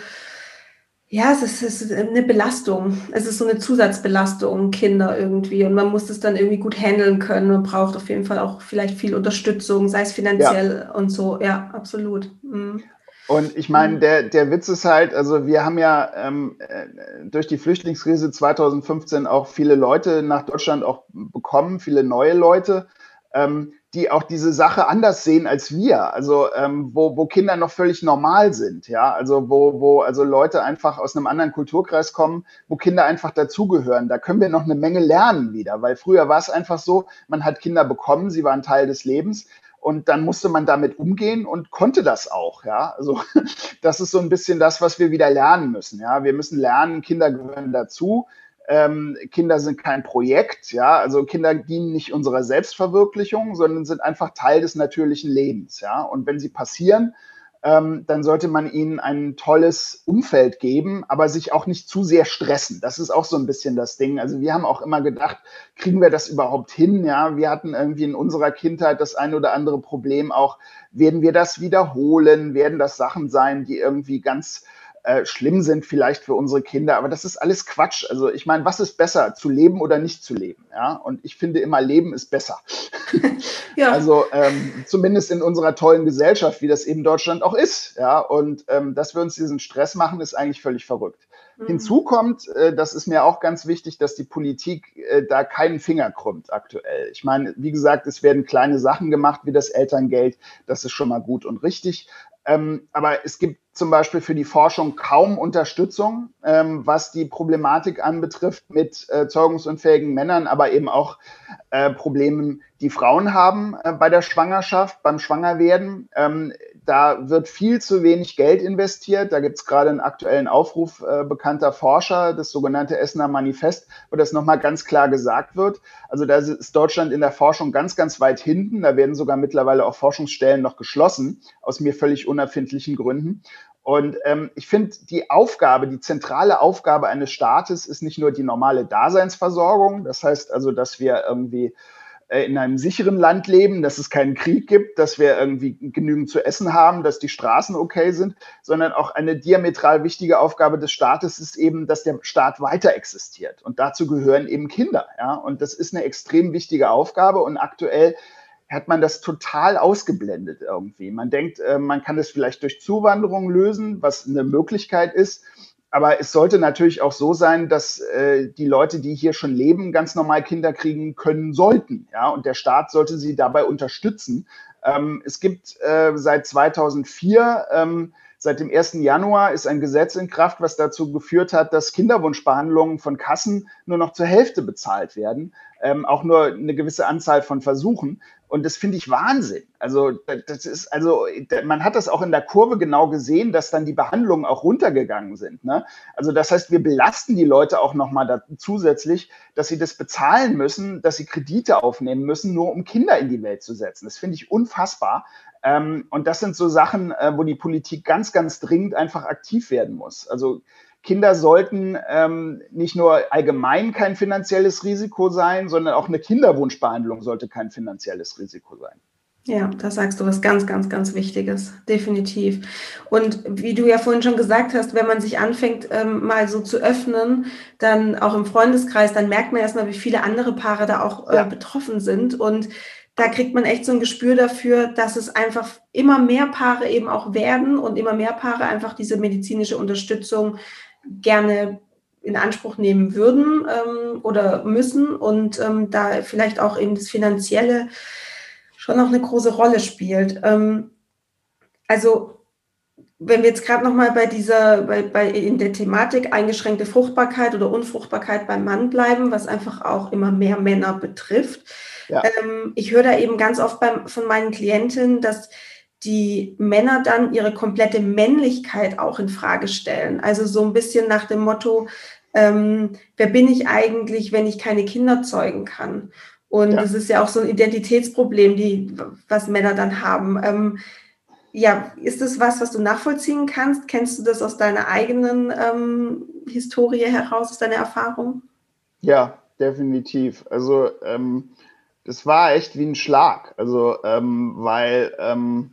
ja, es ist, es ist eine Belastung. Es ist so eine Zusatzbelastung, Kinder irgendwie. Und man muss das dann irgendwie gut handeln können. Man braucht auf jeden Fall auch vielleicht viel Unterstützung, sei es Ja. finanziell und so. Ja, absolut. Hm. Und ich meine, Hm. der, der Witz ist halt, also wir haben ja ähm, äh, durch die Flüchtlingskrise zweitausendfünfzehn auch viele Leute nach Deutschland auch bekommen, viele neue Leute, ähm, die auch diese Sache anders sehen als wir. Also ähm, wo, wo Kinder noch völlig normal sind, ja, also wo, wo also Leute einfach aus einem anderen Kulturkreis kommen, wo Kinder einfach dazugehören. Da können wir noch eine Menge lernen wieder, weil früher war es einfach so, man hat Kinder bekommen, sie waren Teil des Lebens. Und dann musste man damit umgehen und konnte das auch, ja. Also das ist so ein bisschen das, was wir wieder lernen müssen, ja. Wir müssen lernen, Kinder gehören dazu. Ähm, Kinder sind kein Projekt, ja. Also Kinder dienen nicht unserer Selbstverwirklichung, sondern sind einfach Teil des natürlichen Lebens, ja. Und wenn sie passieren, ähm, dann sollte man ihnen ein tolles Umfeld geben, aber sich auch nicht zu sehr stressen. Das ist auch so ein bisschen das Ding. Also wir haben auch immer gedacht, kriegen wir das überhaupt hin? Ja, wir hatten irgendwie in unserer Kindheit das ein oder andere Problem auch. Werden wir das wiederholen? Werden das Sachen sein, die irgendwie ganz äh, schlimm sind vielleicht für unsere Kinder? Aber das ist alles Quatsch. Also ich meine, was ist besser, zu leben oder nicht zu leben? Ja, und ich finde immer, Leben ist besser. Ja. Also ähm, zumindest in unserer tollen Gesellschaft, wie das eben Deutschland auch ist. Ja, und ähm, dass wir uns diesen Stress machen, ist eigentlich völlig verrückt. Hm. Hinzu kommt, äh, das ist mir auch ganz wichtig, dass die Politik äh, da keinen Finger krümmt aktuell. Ich meine, wie gesagt, es werden kleine Sachen gemacht wie das Elterngeld. Das ist schon mal gut und richtig. Ähm, aber es gibt zum Beispiel für die Forschung kaum Unterstützung, ähm, was die Problematik anbetrifft mit äh, zeugungsunfähigen Männern, aber eben auch äh, Problemen, die Frauen haben äh, bei der Schwangerschaft, beim Schwangerwerden. Ähm, da wird viel zu wenig Geld investiert. Da gibt es gerade einen aktuellen Aufruf äh, bekannter Forscher, das sogenannte Essener Manifest, wo das nochmal ganz klar gesagt wird. Also da ist Deutschland in der Forschung ganz, ganz weit hinten. Da werden sogar mittlerweile auch Forschungsstellen noch geschlossen, aus mir völlig unerfindlichen Gründen. Und ähm, ich finde, die Aufgabe, die zentrale Aufgabe eines Staates ist nicht nur die normale Daseinsversorgung. Das heißt also, dass wir irgendwie äh, in einem sicheren Land leben, dass es keinen Krieg gibt, dass wir irgendwie genügend zu essen haben, dass die Straßen okay sind, sondern auch eine diametral wichtige Aufgabe des Staates ist eben, dass der Staat weiter existiert. Und dazu gehören eben Kinder. Ja? Und das ist eine extrem wichtige Aufgabe. Und aktuell hat man das total ausgeblendet irgendwie. Man denkt, äh, man kann es vielleicht durch Zuwanderung lösen, was eine Möglichkeit ist. Aber es sollte natürlich auch so sein, dass äh, die Leute, die hier schon leben, ganz normal Kinder kriegen können sollten. Ja? Und der Staat sollte sie dabei unterstützen. Ähm, es gibt äh, seit zweitausendvier, ähm, seit dem ersten Januar ist ein Gesetz in Kraft, was dazu geführt hat, dass Kinderwunschbehandlungen von Kassen nur noch zur Hälfte bezahlt werden. Ähm, auch nur eine gewisse Anzahl von Versuchen. Und das finde ich Wahnsinn. Also, das ist, also, man hat das auch in der Kurve genau gesehen, dass dann die Behandlungen auch runtergegangen sind. Ne? Also, das heißt, wir belasten die Leute auch nochmal zusätzlich, dass sie das bezahlen müssen, dass sie Kredite aufnehmen müssen, nur um Kinder in die Welt zu setzen. Das finde ich unfassbar. Ähm, und das sind so Sachen, äh, wo die Politik ganz, ganz dringend einfach aktiv werden muss. Also, Kinder sollten ähm, nicht nur allgemein kein finanzielles Risiko sein, sondern auch eine Kinderwunschbehandlung sollte kein finanzielles Risiko sein. Ja, da sagst du was ganz, ganz, ganz Wichtiges, definitiv. Und wie du ja vorhin schon gesagt hast, wenn man sich anfängt, ähm, mal so zu öffnen, dann auch im Freundeskreis, dann merkt man erstmal, wie viele andere Paare da auch äh, ja. betroffen sind. Und da kriegt man echt so ein Gespür dafür, dass es einfach immer mehr Paare eben auch werden und immer mehr Paare einfach diese medizinische Unterstützung gerne in Anspruch nehmen würden ähm, oder müssen und ähm, da vielleicht auch eben das Finanzielle schon noch eine große Rolle spielt. Ähm, also wenn wir jetzt gerade noch mal bei dieser, bei, bei in der Thematik eingeschränkte Fruchtbarkeit oder Unfruchtbarkeit beim Mann bleiben, was einfach auch immer mehr Männer betrifft. Ja. Ähm, ich höre da eben ganz oft beim, von meinen Klientinnen, dass die Männer dann ihre komplette Männlichkeit auch in Frage stellen. Also so ein bisschen nach dem Motto, ähm, wer bin ich eigentlich, wenn ich keine Kinder zeugen kann? Und ja. das ist ja auch so ein Identitätsproblem, die, was Männer dann haben. Ähm, ja, ist das was, was du nachvollziehen kannst? Kennst du das aus deiner eigenen ähm, Historie heraus, aus deiner Erfahrung? Ja, definitiv. Also ähm, das war echt wie ein Schlag. Also ähm, weil ähm,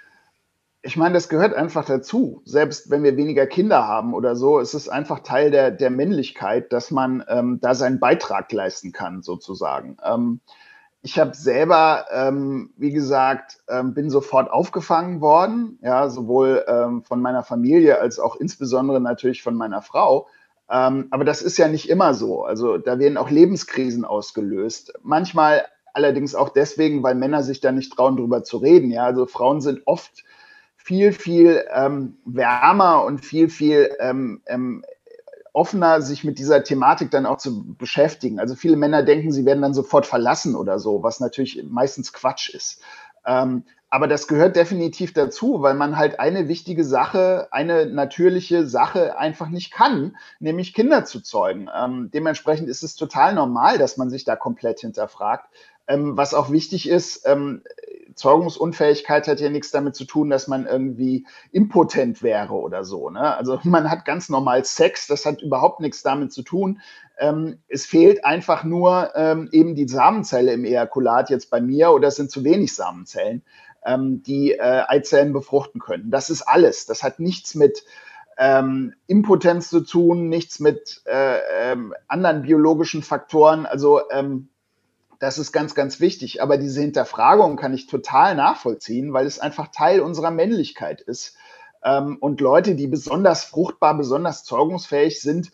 ich meine, das gehört einfach dazu. Selbst wenn wir weniger Kinder haben oder so, ist es einfach Teil der, der Männlichkeit, dass man ähm, da seinen Beitrag leisten kann, sozusagen. Ähm, ich habe selber, ähm, wie gesagt, ähm, bin sofort aufgefangen worden, ja, sowohl ähm, von meiner Familie als auch insbesondere natürlich von meiner Frau. Ähm, aber das ist ja nicht immer so. Also da werden auch Lebenskrisen ausgelöst. Manchmal allerdings auch deswegen, weil Männer sich da nicht trauen, drüber zu reden. Ja, also Frauen sind oft viel, viel ähm, wärmer und viel, viel ähm, ähm, offener, sich mit dieser Thematik dann auch zu beschäftigen. Also viele Männer denken, sie werden dann sofort verlassen oder so, was natürlich meistens Quatsch ist. Ähm, aber das gehört definitiv dazu, weil man halt eine wichtige Sache, eine natürliche Sache einfach nicht kann, nämlich Kinder zu zeugen. Ähm, dementsprechend ist es total normal, dass man sich da komplett hinterfragt. Ähm, was auch wichtig ist, ähm, Zeugungsunfähigkeit hat ja nichts damit zu tun, dass man irgendwie impotent wäre oder so. Ne? Also man hat ganz normal Sex, das hat überhaupt nichts damit zu tun. Ähm, es fehlt einfach nur ähm, eben die Samenzelle im Ejakulat jetzt bei mir oder es sind zu wenig Samenzellen, ähm, die äh, Eizellen befruchten können. Das ist alles. Das hat nichts mit ähm, Impotenz zu tun, nichts mit äh, ähm, anderen biologischen Faktoren. Also ähm, das ist ganz, ganz wichtig. Aber diese Hinterfragung kann ich total nachvollziehen, weil es einfach Teil unserer Männlichkeit ist. Ähm, und Leute, die besonders fruchtbar, besonders zeugungsfähig sind,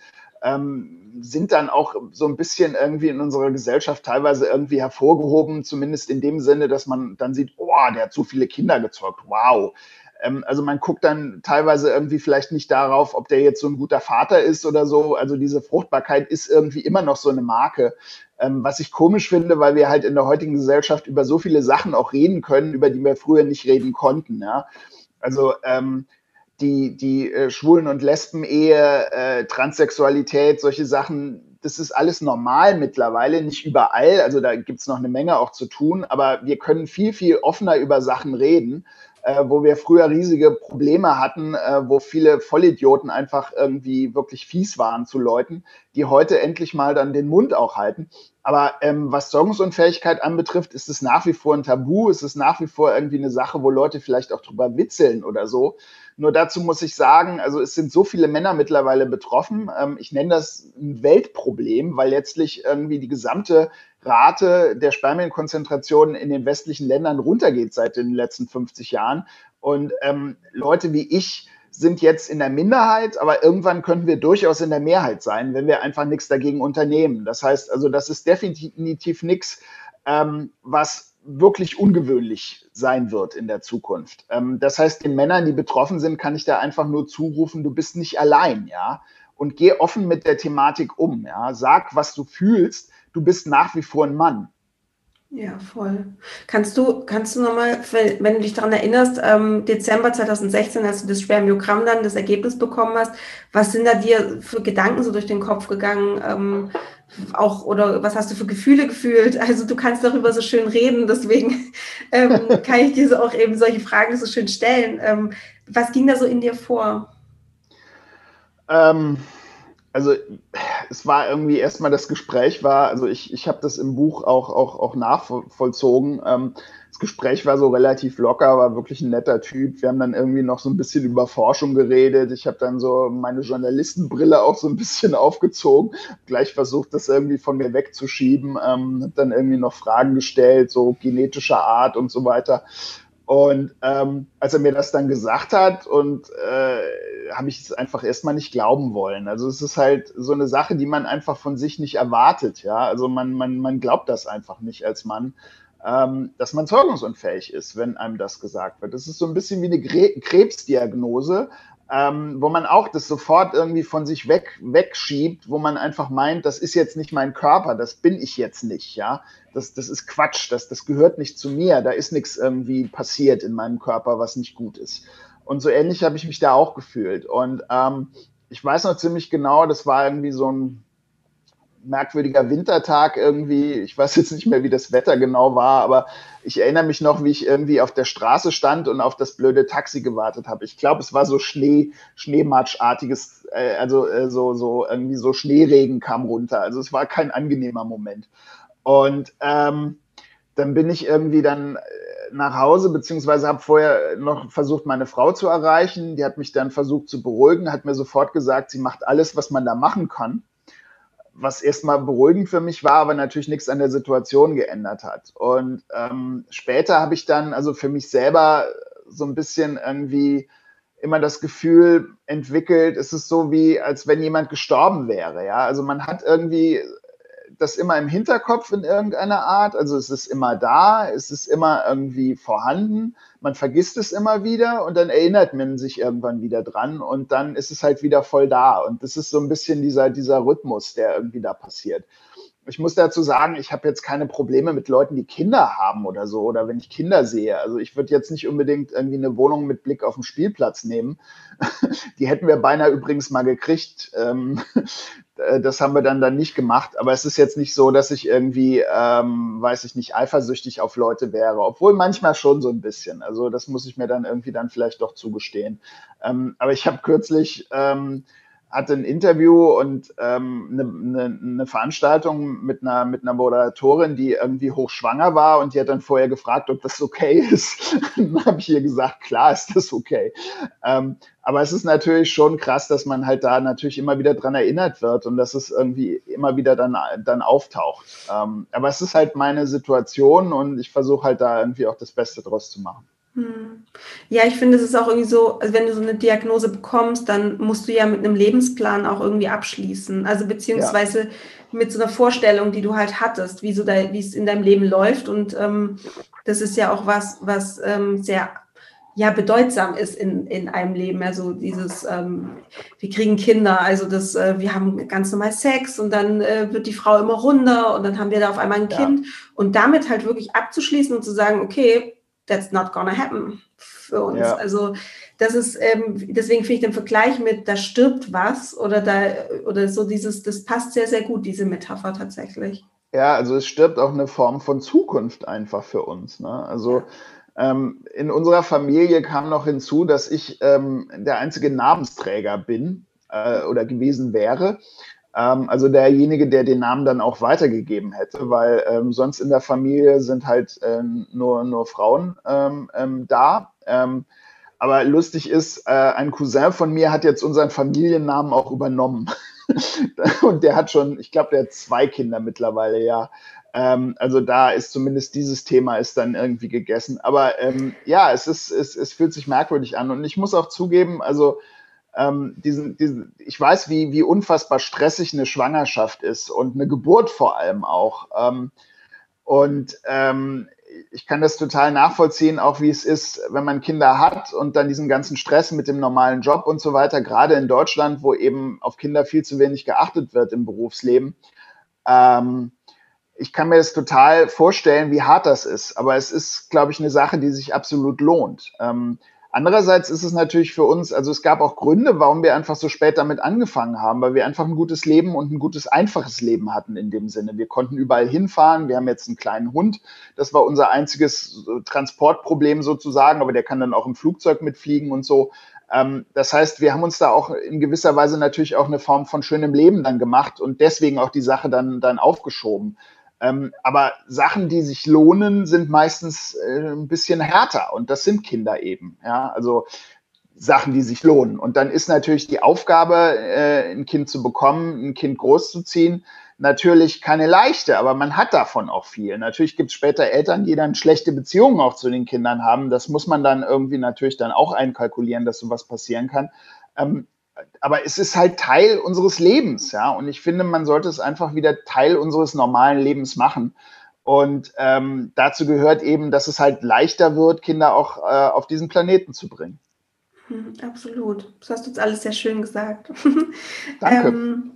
ähm, sind dann auch so ein bisschen irgendwie in unserer Gesellschaft teilweise irgendwie hervorgehoben, zumindest in dem Sinne, dass man dann sieht, oh, der hat so viele Kinder gezeugt, wow. Ähm, also man guckt dann teilweise irgendwie vielleicht nicht darauf, ob der jetzt so ein guter Vater ist oder so. Also diese Fruchtbarkeit ist irgendwie immer noch so eine Marke. Ähm, was ich komisch finde, weil wir halt in der heutigen Gesellschaft über so viele Sachen auch reden können, über die wir früher nicht reden konnten. Ja? Also ähm, die, die äh, Schwulen- und Lesben-Ehe, äh, Transsexualität, solche Sachen, das ist alles normal mittlerweile, nicht überall. Also da gibt es noch eine Menge auch zu tun, aber wir können viel, viel offener über Sachen reden. äh, wo wir früher riesige Probleme hatten, äh, wo viele Vollidioten einfach irgendwie wirklich fies waren zu Leuten, die heute endlich mal dann den Mund auch halten. Aber ähm, was Sorgensunfähigkeit anbetrifft, ist es nach wie vor ein Tabu, ist es nach wie vor irgendwie eine Sache, wo Leute vielleicht auch drüber witzeln oder so. Nur dazu muss ich sagen, also es sind so viele Männer mittlerweile betroffen. Ähm, ich nenne das ein Weltproblem, weil letztlich irgendwie die gesamte Rate der Spermienkonzentration in den westlichen Ländern runtergeht seit den letzten fünfzig Jahren. Und ähm, Leute wie ich sind jetzt in der Minderheit, aber irgendwann könnten wir durchaus in der Mehrheit sein, wenn wir einfach nichts dagegen unternehmen. Das heißt also, das ist definitiv nichts, ähm, was wirklich ungewöhnlich sein wird in der Zukunft. Ähm, das heißt, den Männern, die betroffen sind, kann ich da einfach nur zurufen, du bist nicht allein, ja. Und geh offen mit der Thematik um, ja. Sag, was du fühlst. Du bist nach wie vor ein Mann. Ja, voll. Kannst du, kannst du nochmal, wenn du dich daran erinnerst, ähm, Dezember zweitausendsechzehn, als du das Spermiogramm dann, das Ergebnis bekommen hast, was sind da dir für Gedanken so durch den Kopf gegangen? Ähm, auch, oder was hast du für Gefühle gefühlt? Also du kannst darüber so schön reden, deswegen ähm, kann ich dir so auch eben solche Fragen so schön stellen. Ähm, was ging da so in dir vor? Ähm, also es war irgendwie erstmal das Gespräch war, also ich, ich habe das im Buch auch, auch, auch nachvollzogen. Ähm, das Gespräch war so relativ locker, war wirklich ein netter Typ. Wir haben dann irgendwie noch so ein bisschen über Forschung geredet. Ich habe dann so meine Journalistenbrille auch so ein bisschen aufgezogen, gleich versucht, das irgendwie von mir wegzuschieben. Ähm, habe dann irgendwie noch Fragen gestellt, so genetischer Art und so weiter. Und ähm, als er mir das dann gesagt hat, und äh, habe ich es einfach erstmal nicht glauben wollen. Also es ist halt so eine Sache, die man einfach von sich nicht erwartet. Ja, also man man man glaubt das einfach nicht als Mann, ähm, dass man zeugungsunfähig ist, wenn einem das gesagt wird. Das ist so ein bisschen wie eine Krebsdiagnose, ähm, wo man auch das sofort irgendwie von sich weg wegschiebt, wo man einfach meint, das ist jetzt nicht mein Körper, das bin ich jetzt nicht. Ja, das, das ist Quatsch, das, das gehört nicht zu mir, da ist nichts irgendwie passiert in meinem Körper, was nicht gut ist. Und so ähnlich habe ich mich da auch gefühlt. Und ähm, ich weiß noch ziemlich genau, das war irgendwie so ein merkwürdiger Wintertag irgendwie. Ich weiß jetzt nicht mehr, wie das Wetter genau war, aber ich erinnere mich noch, wie ich irgendwie auf der Straße stand und auf das blöde Taxi gewartet habe. Ich glaube, es war so Schnee, Schneematschartiges, äh, also äh, so, so irgendwie so Schneeregen kam runter. Also es war kein angenehmer Moment. Und ähm, dann bin ich irgendwie dann nach Hause, beziehungsweise habe vorher noch versucht, meine Frau zu erreichen. Die hat mich dann versucht zu beruhigen, hat mir sofort gesagt, sie macht alles, was man da machen kann. Was erstmal beruhigend für mich war, aber natürlich nichts an der Situation geändert hat. Und ähm, später habe ich dann also für mich selber so ein bisschen irgendwie immer das Gefühl entwickelt, es ist so wie, als wenn jemand gestorben wäre. Ja, also man hat irgendwie das immer im Hinterkopf in irgendeiner Art. Also es ist immer da, es ist immer irgendwie vorhanden. Man vergisst es immer wieder und dann erinnert man sich irgendwann wieder dran und dann ist es halt wieder voll da. Und das ist so ein bisschen dieser, dieser Rhythmus, der irgendwie da passiert. Ich muss dazu sagen, ich habe jetzt keine Probleme mit Leuten, die Kinder haben oder so, oder wenn ich Kinder sehe. Also ich würde jetzt nicht unbedingt irgendwie eine Wohnung mit Blick auf den Spielplatz nehmen. Die hätten wir beinahe übrigens mal gekriegt. Das haben wir dann, dann nicht gemacht. Aber es ist jetzt nicht so, dass ich irgendwie, ähm, weiß ich nicht, eifersüchtig auf Leute wäre. Obwohl manchmal schon so ein bisschen. Also das muss ich mir dann irgendwie dann vielleicht doch zugestehen. Ähm, aber ich habe kürzlich... Ähm, hatte ein Interview und ähm, eine, eine, eine Veranstaltung mit einer, mit einer Moderatorin, die irgendwie hochschwanger war und die hat dann vorher gefragt, ob das okay ist. Dann habe ich ihr gesagt, klar ist das okay. Ähm, aber es ist natürlich schon krass, dass man halt da natürlich immer wieder dran erinnert wird und dass es irgendwie immer wieder dann, dann auftaucht. Ähm, aber es ist halt meine Situation und ich versuche halt da irgendwie auch das Beste draus zu machen. Hm. Ja, ich finde, es ist auch irgendwie so, also wenn du so eine Diagnose bekommst, dann musst du ja mit einem Lebensplan auch irgendwie abschließen. Also Ja. beziehungsweise mit so einer Vorstellung, die du halt hattest, wie so da, wie es in deinem Leben läuft. Und ähm, das ist ja auch was, was ähm, sehr ja, bedeutsam ist in, in einem Leben. Also dieses, ähm, wir kriegen Kinder, also das, äh, wir haben ganz normal Sex und dann äh, wird die Frau immer runder und dann haben wir da auf einmal ein Ja. Kind. Und damit halt wirklich abzuschließen und zu sagen, okay, that's not gonna happen für uns. Ja. Also das ist, ähm, deswegen finde ich den Vergleich mit, da stirbt was oder da, oder so dieses, das passt sehr, sehr gut, diese Metapher tatsächlich. Ja, also es stirbt auch eine Form von Zukunft einfach für uns. Ne? Also Ja. Ähm, in unserer Familie kam noch hinzu, dass ich ähm, der einzige Namensträger bin äh, oder gewesen wäre. Ähm, also derjenige, der den Namen dann auch weitergegeben hätte, weil ähm, sonst in der Familie sind halt ähm, nur, nur Frauen ähm, ähm, da. Ähm, aber lustig ist, äh, ein Cousin von mir hat jetzt unseren Familiennamen auch übernommen. Und der hat schon, ich glaube, der hat zwei Kinder mittlerweile, ja. Ähm, also da ist zumindest dieses Thema ist dann irgendwie gegessen. Aber ähm, ja, es ist, es, es fühlt sich merkwürdig an. Und ich muss auch zugeben, also ähm, diesen, diesen, ich weiß, wie, wie unfassbar stressig eine Schwangerschaft ist und eine Geburt vor allem auch. Ähm, und ähm, ich kann das total nachvollziehen, auch wie es ist, wenn man Kinder hat und dann diesen ganzen Stress mit dem normalen Job und so weiter, gerade in Deutschland, wo eben auf Kinder viel zu wenig geachtet wird im Berufsleben. Ähm, ich kann mir das total vorstellen, wie hart das ist. Aber es ist, glaube ich, eine Sache, die sich absolut lohnt. Ähm, andererseits ist es natürlich für uns, also es gab auch Gründe, warum wir einfach so spät damit angefangen haben, weil wir einfach ein gutes Leben und ein gutes, einfaches Leben hatten in dem Sinne. Wir konnten überall hinfahren. Wir haben jetzt einen kleinen Hund. Das war unser einziges Transportproblem sozusagen, aber der kann dann auch im Flugzeug mitfliegen und so. Ähm, das heißt, wir haben uns da auch in gewisser Weise natürlich auch eine Form von schönem Leben dann gemacht und deswegen auch die Sache dann, dann aufgeschoben. Ähm, aber Sachen, die sich lohnen, sind meistens äh, ein bisschen härter und das sind Kinder eben. Ja, also Sachen, die sich lohnen. Und dann ist natürlich die Aufgabe, äh, ein Kind zu bekommen, ein Kind großzuziehen, natürlich keine leichte, aber man hat davon auch viel. Natürlich gibt es später Eltern, die dann schlechte Beziehungen auch zu den Kindern haben. Das muss man dann irgendwie natürlich dann auch einkalkulieren, dass sowas passieren kann. Ähm, aber es ist halt Teil unseres Lebens, ja. Und ich finde, man sollte es einfach wieder Teil unseres normalen Lebens machen. Und ähm, dazu gehört eben, dass es halt leichter wird, Kinder auch äh, auf diesen Planeten zu bringen. Hm, absolut. Das hast du jetzt alles sehr schön gesagt. Danke. ähm,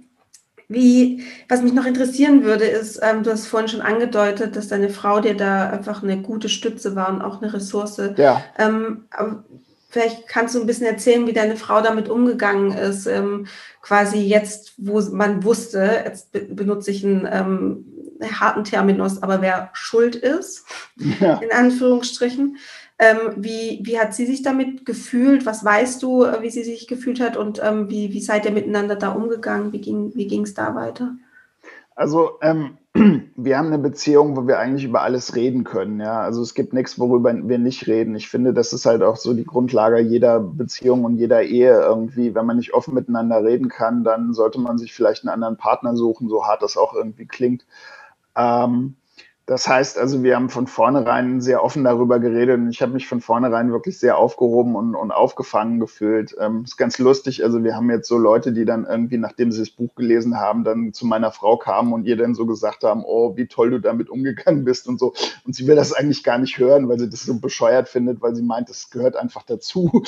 wie, was mich noch interessieren würde, ist, ähm, du hast vorhin schon angedeutet, dass deine Frau dir da einfach eine gute Stütze war und auch eine Ressource. Ja. Ähm, vielleicht kannst du ein bisschen erzählen, wie deine Frau damit umgegangen ist, ähm, quasi jetzt, wo man wusste, jetzt be benutze ich einen ähm, harten Terminus, aber wer schuld ist, Ja. in Anführungsstrichen. Ähm, wie, wie hat sie sich damit gefühlt? Was weißt du, wie sie sich gefühlt hat und ähm, wie, wie seid ihr miteinander da umgegangen? Wie ging wie ging es da weiter? Also ähm, wir haben eine Beziehung, wo wir eigentlich über alles reden können. Ja, also es gibt nichts, worüber wir nicht reden. Ich finde, das ist halt auch so die Grundlage jeder Beziehung und jeder Ehe irgendwie. Wenn man nicht offen miteinander reden kann, dann sollte man sich vielleicht einen anderen Partner suchen, so hart das auch irgendwie klingt. Ähm, Das heißt also, wir haben von vornherein sehr offen darüber geredet und ich habe mich von vornherein wirklich sehr aufgehoben und, und aufgefangen gefühlt. Ähm, ist ganz lustig. Also wir haben jetzt so Leute, die dann irgendwie, nachdem sie das Buch gelesen haben, dann zu meiner Frau kamen und ihr dann so gesagt haben, oh, wie toll du damit umgegangen bist und so. Und sie will das eigentlich gar nicht hören, weil sie das so bescheuert findet, weil sie meint, es gehört einfach dazu,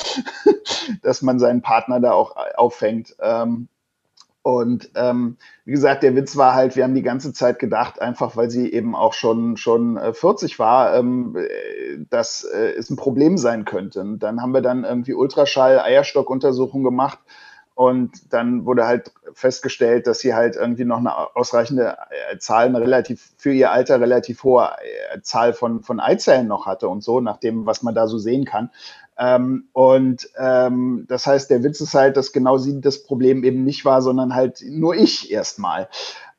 dass man seinen Partner da auch auffängt. Ähm, und ähm, wie gesagt, der Witz war halt, wir haben die ganze Zeit gedacht, einfach weil sie eben auch schon, schon äh, vierzig war, ähm, äh, dass äh, es ein Problem sein könnte. Und dann haben wir dann irgendwie Ultraschall-Eierstockuntersuchung gemacht und dann wurde halt festgestellt, dass sie halt irgendwie noch eine ausreichende äh, Zahl, eine relativ für ihr Alter relativ hohe äh, Zahl von, von Eizellen noch hatte und so, nach dem, was man da so sehen kann. Ähm, und ähm, das heißt, der Witz ist halt, dass genau sie das Problem eben nicht war, sondern halt nur ich erstmal.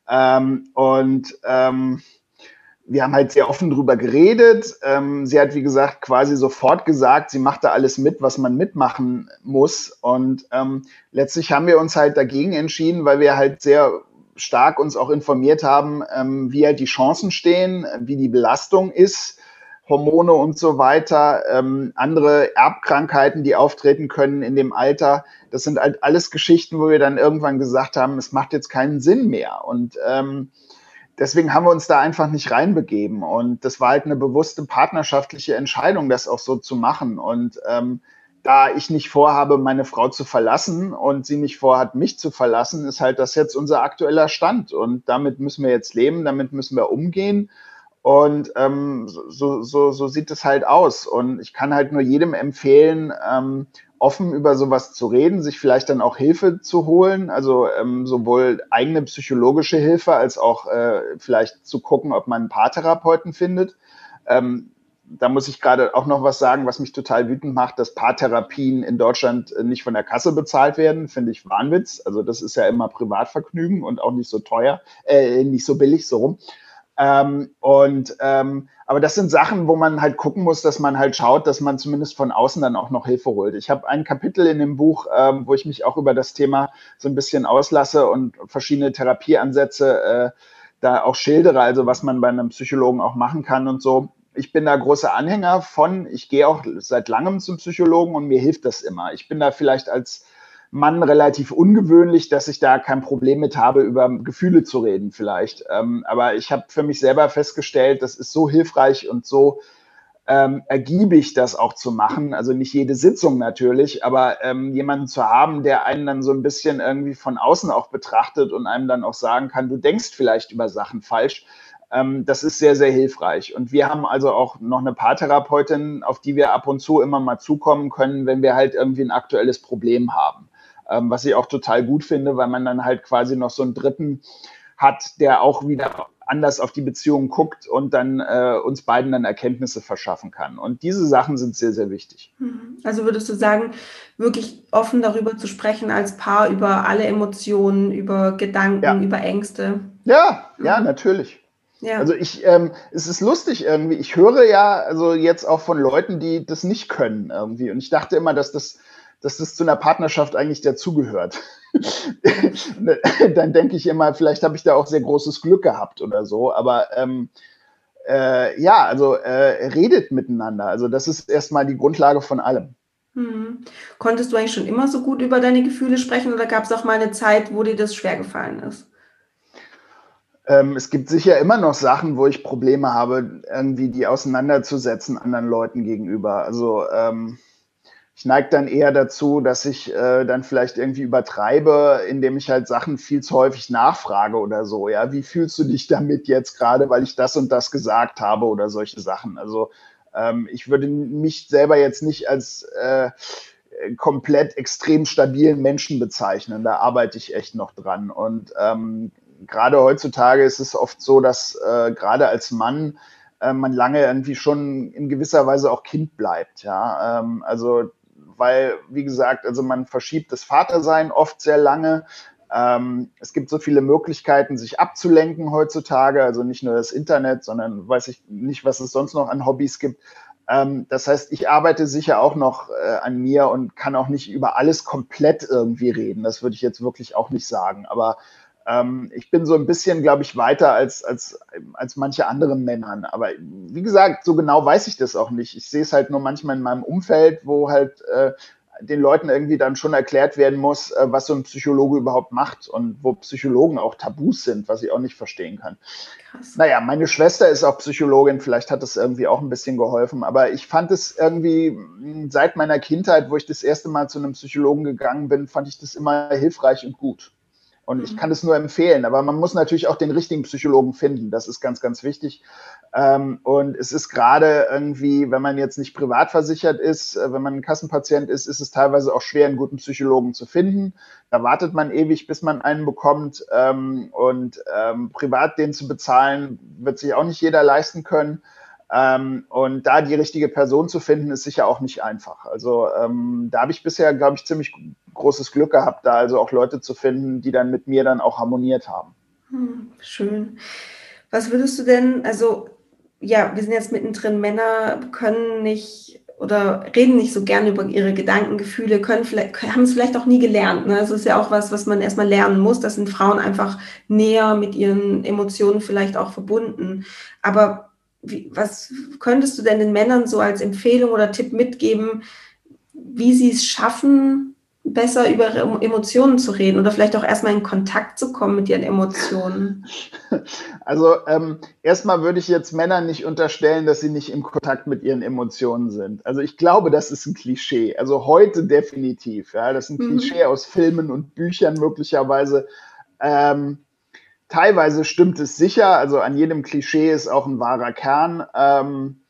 Ähm, und ähm, wir haben halt sehr offen drüber geredet. Ähm, sie hat, wie gesagt, quasi sofort gesagt, sie macht da alles mit, was man mitmachen muss. Und ähm, letztlich haben wir uns halt dagegen entschieden, weil wir halt sehr stark uns auch informiert haben, ähm, wie halt die Chancen stehen, wie die Belastung ist, Hormone und so weiter, ähm, andere Erbkrankheiten, die auftreten können in dem Alter. Das sind halt alles Geschichten, wo wir dann irgendwann gesagt haben, es macht jetzt keinen Sinn mehr. Und ähm, deswegen haben wir uns da einfach nicht reinbegeben. Und das war halt eine bewusste partnerschaftliche Entscheidung, das auch so zu machen. Und ähm, da ich nicht vorhabe, meine Frau zu verlassen und sie nicht vorhat, mich zu verlassen, ist halt das jetzt unser aktueller Stand. Und damit müssen wir jetzt leben, damit müssen wir umgehen. Und ähm, so, so, so sieht es halt aus. Und ich kann halt nur jedem empfehlen, ähm, offen über sowas zu reden, sich vielleicht dann auch Hilfe zu holen, also ähm, sowohl eigene psychologische Hilfe als auch äh, vielleicht zu gucken, ob man einen Paartherapeuten findet. Ähm, da muss ich gerade auch noch was sagen, was mich total wütend macht, dass Paartherapien in Deutschland nicht von der Kasse bezahlt werden, finde ich Wahnwitz. Also das ist ja immer Privatvergnügen und auch nicht so teuer, äh, nicht so billig, so rum. Ähm, und ähm, aber das sind Sachen, wo man halt gucken muss, dass man halt schaut, dass man zumindest von außen dann auch noch Hilfe holt. Ich habe ein Kapitel in dem Buch, ähm, wo ich mich auch über das Thema so ein bisschen auslasse und verschiedene Therapieansätze äh, da auch schildere, also was man bei einem Psychologen auch machen kann und so. Ich bin da großer Anhänger von, ich gehe auch seit langem zum Psychologen und mir hilft das immer. Ich bin da vielleicht als Mann relativ ungewöhnlich, dass ich da kein Problem mit habe, über Gefühle zu reden vielleicht. Ähm, aber ich habe für mich selber festgestellt, das ist so hilfreich und so ähm, ergiebig, das auch zu machen. Also nicht jede Sitzung natürlich, aber ähm, jemanden zu haben, der einen dann so ein bisschen irgendwie von außen auch betrachtet und einem dann auch sagen kann, du denkst vielleicht über Sachen falsch. Ähm, das ist sehr, sehr hilfreich. Und wir haben also auch noch eine Paartherapeutin, auf die wir ab und zu immer mal zukommen können, wenn wir halt irgendwie ein aktuelles Problem haben. Ähm, was ich auch total gut finde, weil man dann halt quasi noch so einen Dritten hat, der auch wieder anders auf die Beziehung guckt und dann äh, uns beiden dann Erkenntnisse verschaffen kann. Und diese Sachen sind sehr, sehr wichtig. Also würdest du sagen, wirklich offen darüber zu sprechen als Paar, über alle Emotionen, über Gedanken, Ja. über Ängste? Ja, ja, mhm. natürlich. Ja. Also ich, ähm, es ist lustig irgendwie. Ich höre ja also jetzt auch von Leuten, die das nicht können irgendwie. Und ich dachte immer, dass das, dass das zu einer Partnerschaft eigentlich dazugehört. Dann denke ich immer, vielleicht habe ich da auch sehr großes Glück gehabt oder so. Aber ähm, äh, ja, also äh, redet miteinander. Also das ist erstmal die Grundlage von allem. Hm. Konntest du eigentlich schon immer so gut über deine Gefühle sprechen oder gab es auch mal eine Zeit, wo dir das schwer gefallen ist? Ähm, es gibt sicher immer noch Sachen, wo ich Probleme habe, irgendwie die auseinanderzusetzen anderen Leuten gegenüber. Also ähm, ich neige dann eher dazu, dass ich äh, dann vielleicht irgendwie übertreibe, indem ich halt Sachen viel zu häufig nachfrage oder so. Ja, wie fühlst du dich damit jetzt gerade, weil ich das und das gesagt habe oder solche Sachen. Also ähm, ich würde mich selber jetzt nicht als äh, komplett extrem stabilen Menschen bezeichnen. Da arbeite ich echt noch dran. Und ähm, gerade heutzutage ist es oft so, dass äh, gerade als Mann äh, man lange irgendwie schon in gewisser Weise auch Kind bleibt. Ja, ähm, also weil, wie gesagt, also man verschiebt das Vatersein oft sehr lange. Ähm, es gibt so viele Möglichkeiten, sich abzulenken heutzutage. Also nicht nur das Internet, sondern weiß ich nicht, was es sonst noch an Hobbys gibt. Ähm, das heißt, ich arbeite sicher auch noch äh, an mir und kann auch nicht über alles komplett irgendwie reden. Das würde ich jetzt wirklich auch nicht sagen. Aber ähm, ich bin so ein bisschen, glaube ich, weiter als, als, als manche anderen Männern. Aber wie gesagt, so genau weiß ich das auch nicht. Ich sehe es halt nur manchmal in meinem Umfeld, wo halt äh, den Leuten irgendwie dann schon erklärt werden muss, äh, was so ein Psychologe überhaupt macht und wo Psychologen auch Tabus sind, was ich auch nicht verstehen kann. Krass. Naja, meine Schwester ist auch Psychologin, vielleicht hat das irgendwie auch ein bisschen geholfen, aber ich fand es irgendwie seit meiner Kindheit, wo ich das erste Mal zu einem Psychologen gegangen bin, fand ich das immer hilfreich und gut. Und ich kann es nur empfehlen, aber man muss natürlich auch den richtigen Psychologen finden. Das ist ganz, ganz wichtig. Ähm, und es ist gerade irgendwie, wenn man jetzt nicht privat versichert ist, äh, wenn man ein Kassenpatient ist, ist es teilweise auch schwer, einen guten Psychologen zu finden. Da wartet man ewig, bis man einen bekommt. Ähm, und ähm, privat den zu bezahlen, wird sich auch nicht jeder leisten können. Ähm, und da die richtige Person zu finden, ist sicher auch nicht einfach. Also ähm, da habe ich bisher, glaube ich, ziemlich großes Glück gehabt, da also auch Leute zu finden, die dann mit mir dann auch harmoniert haben. Hm, schön. Was würdest du denn, also ja, wir sind jetzt mittendrin, Männer können nicht oder reden nicht so gerne über ihre Gedanken, Gefühle, können vielleicht, haben es vielleicht auch nie gelernt. Ne? Das ist ja auch was, was man erstmal lernen muss. Das sind Frauen einfach näher mit ihren Emotionen vielleicht auch verbunden. Aber Wie, was könntest du denn den Männern so als Empfehlung oder Tipp mitgeben, wie sie es schaffen, besser über ihre Emotionen zu reden oder vielleicht auch erstmal in Kontakt zu kommen mit ihren Emotionen? Also ähm, erstmal würde ich jetzt Männern nicht unterstellen, dass sie nicht im Kontakt mit ihren Emotionen sind. Also ich glaube, das ist ein Klischee. Also heute definitiv. Ja, das ist ein mhm. Klischee aus Filmen und Büchern möglicherweise. Ähm, Teilweise stimmt es sicher, also an jedem Klischee ist auch ein wahrer Kern. Ähm,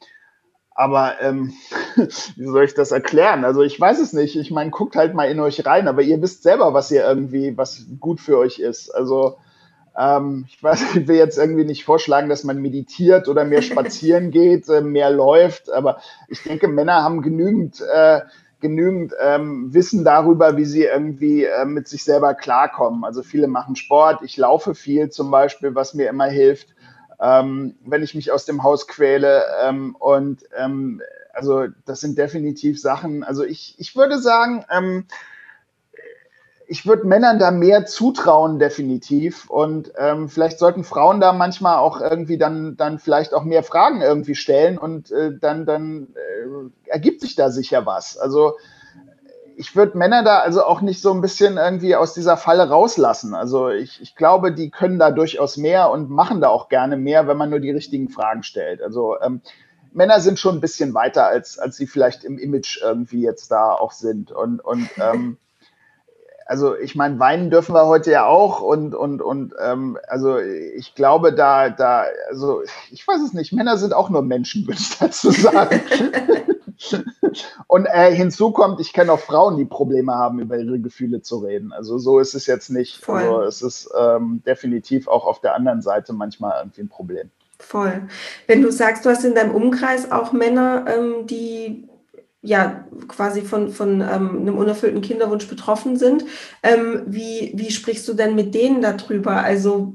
aber ähm, wie soll ich das erklären? Also ich weiß es nicht. Ich meine, guckt halt mal in euch rein, aber ihr wisst selber, was ihr irgendwie, was gut für euch ist. Also Ähm, ich weiß, ich will jetzt irgendwie nicht vorschlagen, dass man meditiert oder mehr spazieren geht, äh, mehr läuft, aber ich denke, Männer haben genügend, äh, genügend ähm, Wissen darüber, wie sie irgendwie äh, mit sich selber klarkommen. Also viele machen Sport, ich laufe viel zum Beispiel, was mir immer hilft, ähm, wenn ich mich aus dem Haus quäle. Ähm, und ähm, also das sind definitiv Sachen, also ich, ich würde sagen, ähm, ich würde Männern da mehr zutrauen, definitiv. Und ähm, vielleicht sollten Frauen da manchmal auch irgendwie dann, dann vielleicht auch mehr Fragen irgendwie stellen und äh, dann, dann äh, ergibt sich da sicher was. Also ich würde Männer da also auch nicht so ein bisschen irgendwie aus dieser Falle rauslassen. Also ich, ich glaube, die können da durchaus mehr und machen da auch gerne mehr, wenn man nur die richtigen Fragen stellt. Also ähm, Männer sind schon ein bisschen weiter, als, als sie vielleicht im Image irgendwie jetzt da auch sind. Und, und ähm, also ich meine, weinen dürfen wir heute ja auch und und und ähm, also ich glaube da da also ich weiß es nicht. Männer sind auch nur Menschen, würde ich dazu sagen. Und äh, hinzu kommt, ich kenne auch Frauen, die Probleme haben, über ihre Gefühle zu reden. Also so ist es jetzt nicht. Also Voll. es ist ähm, definitiv auch auf der anderen Seite manchmal irgendwie ein Problem. Voll. Wenn du sagst, du hast in deinem Umkreis auch Männer, ähm, die ja quasi von, von ähm, einem unerfüllten Kinderwunsch betroffen sind, ähm, wie, wie sprichst du denn mit denen darüber? Also,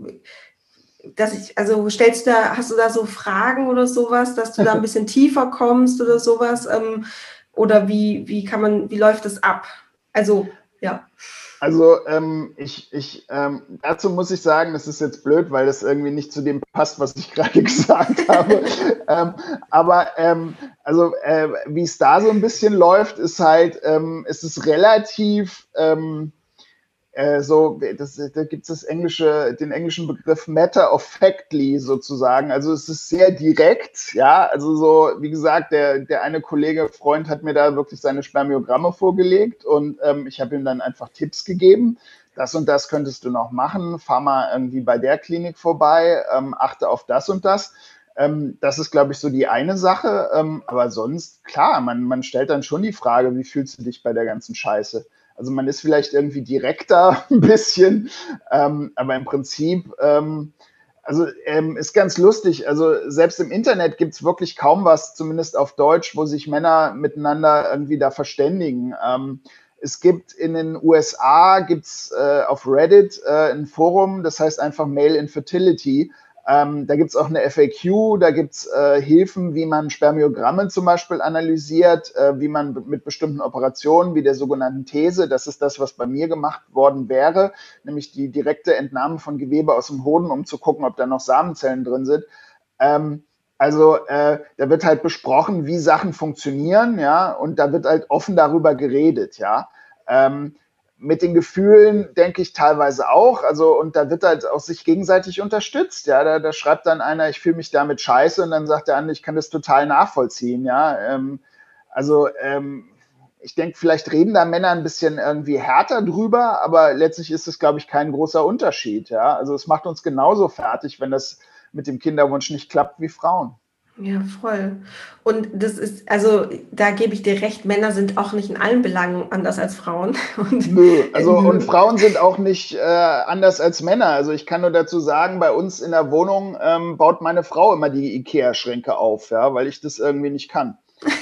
dass ich, also stellst du da, hast du da so Fragen oder sowas, dass du da ein bisschen tiefer kommst oder sowas? Ähm, oder wie, wie kann man, wie läuft das ab? Also, ja. Also ähm, ich, ich ähm, dazu muss ich sagen, das ist jetzt blöd, weil das irgendwie nicht zu dem passt, was ich gerade gesagt habe. ähm, aber ähm, also äh, wie es da so ein bisschen läuft, ist halt, ähm, es ist relativ ähm, äh, so, das, da gibt es das englische, den englischen Begriff matter of factly sozusagen. Also es ist sehr direkt, ja. Also so, wie gesagt, der, der eine Kollege, Freund hat mir da wirklich seine Spermiogramme vorgelegt und ähm, ich habe ihm dann einfach Tipps gegeben. Das und das könntest du noch machen. Fahr mal irgendwie bei der Klinik vorbei, ähm, achte auf das und das. Ähm, das ist, glaube ich, so die eine Sache. Ähm, aber sonst, klar, man, man stellt dann schon die Frage, wie fühlst du dich bei der ganzen Scheiße? Also man ist vielleicht irgendwie direkter ein bisschen, ähm, aber im Prinzip, ähm, also ähm, ist ganz lustig. Also selbst im Internet gibt es wirklich kaum was, zumindest auf Deutsch, wo sich Männer miteinander irgendwie da verständigen. Ähm, es gibt in den U S A, gibt's äh, auf Reddit äh, ein Forum, das heißt einfach Male Infertility. Ähm, da gibt es auch eine F A Q, da gibt es äh, Hilfen, wie man Spermiogramme zum Beispiel analysiert, äh, wie man mit bestimmten Operationen, wie der sogenannten These, das ist das, was bei mir gemacht worden wäre, nämlich die direkte Entnahme von Gewebe aus dem Hoden, um zu gucken, ob da noch Samenzellen drin sind. Ähm, also äh, da wird halt besprochen, wie Sachen funktionieren, ja, und da wird halt offen darüber geredet, ja. Ähm, mit den Gefühlen denke ich teilweise auch, also und da wird halt auch sich gegenseitig unterstützt, ja, da, da schreibt dann einer, ich fühle mich damit scheiße und dann sagt der andere, ich kann das total nachvollziehen, ja, ähm, also ähm, ich denke, vielleicht reden da Männer ein bisschen irgendwie härter drüber, aber letztlich ist es, glaube ich, kein großer Unterschied, ja, also es macht uns genauso fertig, wenn das mit dem Kinderwunsch nicht klappt wie Frauen. Ja, voll. Und das ist, also da gebe ich dir recht, Männer sind auch nicht in allen Belangen anders als Frauen. Und Nö, äh, also und nö. Frauen sind auch nicht äh, anders als Männer. Also ich kann nur dazu sagen, bei uns in der Wohnung ähm, baut meine Frau immer die IKEA-Schränke auf, ja, weil ich das irgendwie nicht kann.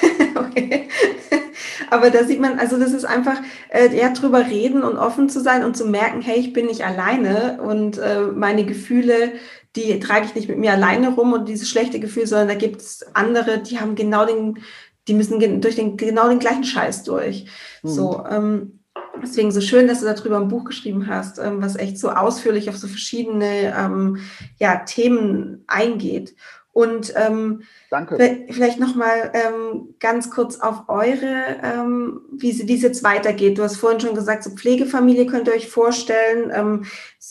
Okay. Aber da sieht man, also das ist einfach, äh, ja, drüber reden und offen zu sein und zu merken, hey, ich bin nicht alleine und äh, meine Gefühle, die trage ich nicht mit mir alleine rum und dieses schlechte Gefühl, sondern da gibt es andere, die haben genau den, die müssen gen- durch den, genau den gleichen Scheiß durch. Mhm. So, ähm, deswegen so schön, dass du darüber ein Buch geschrieben hast, ähm, was echt so ausführlich auf so verschiedene ähm, ja, Themen eingeht. Und ähm, Danke. vielleicht, vielleicht noch mal ähm, ganz kurz auf eure, ähm, wie sie- wie es jetzt weitergeht. Du hast vorhin schon gesagt, so Pflegefamilie könnt ihr euch vorstellen, ähm,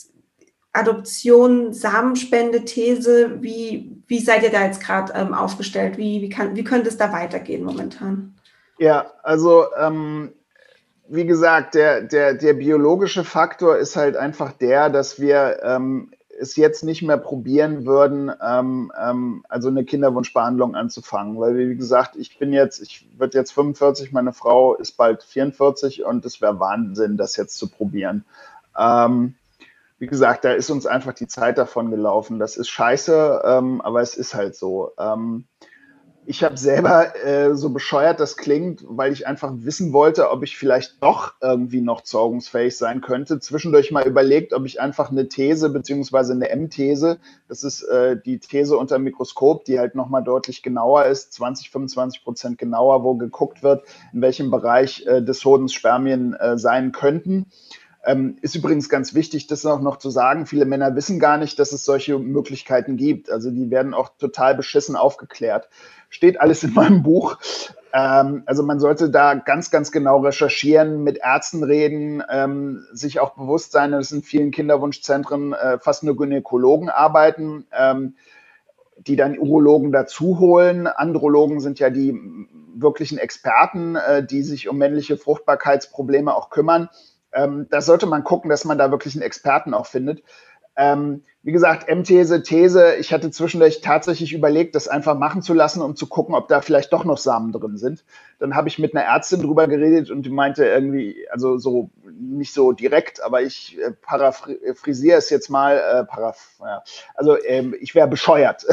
Adoption, Samenspende, These. Wie, wie seid ihr da jetzt gerade ähm, aufgestellt? Wie, wie, kann, wie könnte es da weitergehen momentan? Ja, also ähm, wie gesagt, der, der, der biologische Faktor ist halt einfach der, dass wir ähm, es jetzt nicht mehr probieren würden, ähm, ähm, also eine Kinderwunschbehandlung anzufangen. Weil, wie gesagt, ich bin jetzt, ich werde jetzt fünfundvierzig, meine Frau ist bald vierundvierzig und es wäre Wahnsinn, das jetzt zu probieren. Ähm, wie gesagt, da ist uns einfach die Zeit davon gelaufen. Das ist scheiße, ähm, aber es ist halt so. Ähm, Ich habe selber, äh, so bescheuert das klingt, weil ich einfach wissen wollte, ob ich vielleicht doch irgendwie noch zeugungsfähig sein könnte, zwischendurch mal überlegt, ob ich einfach eine These beziehungsweise eine M-These, das ist äh, die These unter dem Mikroskop, die halt nochmal deutlich genauer ist, zwanzig, fünfundzwanzig Prozent genauer, wo geguckt wird, in welchem Bereich äh, des Hodens Spermien äh, sein könnten. Ähm, ist übrigens ganz wichtig, das auch noch zu sagen. Viele Männer wissen gar nicht, dass es solche Möglichkeiten gibt. Also die werden auch total beschissen aufgeklärt. Steht alles in meinem Buch. Ähm, also man sollte da ganz, ganz genau recherchieren, mit Ärzten reden, ähm, sich auch bewusst sein, dass in vielen Kinderwunschzentren äh, fast nur Gynäkologen arbeiten, ähm, die dann Urologen dazu holen. Andrologen sind ja die wirklichen Experten, äh, die sich um männliche Fruchtbarkeitsprobleme auch kümmern. Ähm, da sollte man gucken, dass man da wirklich einen Experten auch findet. Ähm, wie gesagt, M-These, These, ich hatte zwischendurch tatsächlich überlegt, das einfach machen zu lassen, um zu gucken, ob da vielleicht doch noch Samen drin sind. Dann habe ich mit einer Ärztin drüber geredet und die meinte irgendwie, also so nicht so direkt, aber ich äh, paraphrasiere es jetzt mal, äh, paraph ja. also ähm, ich wäre bescheuert,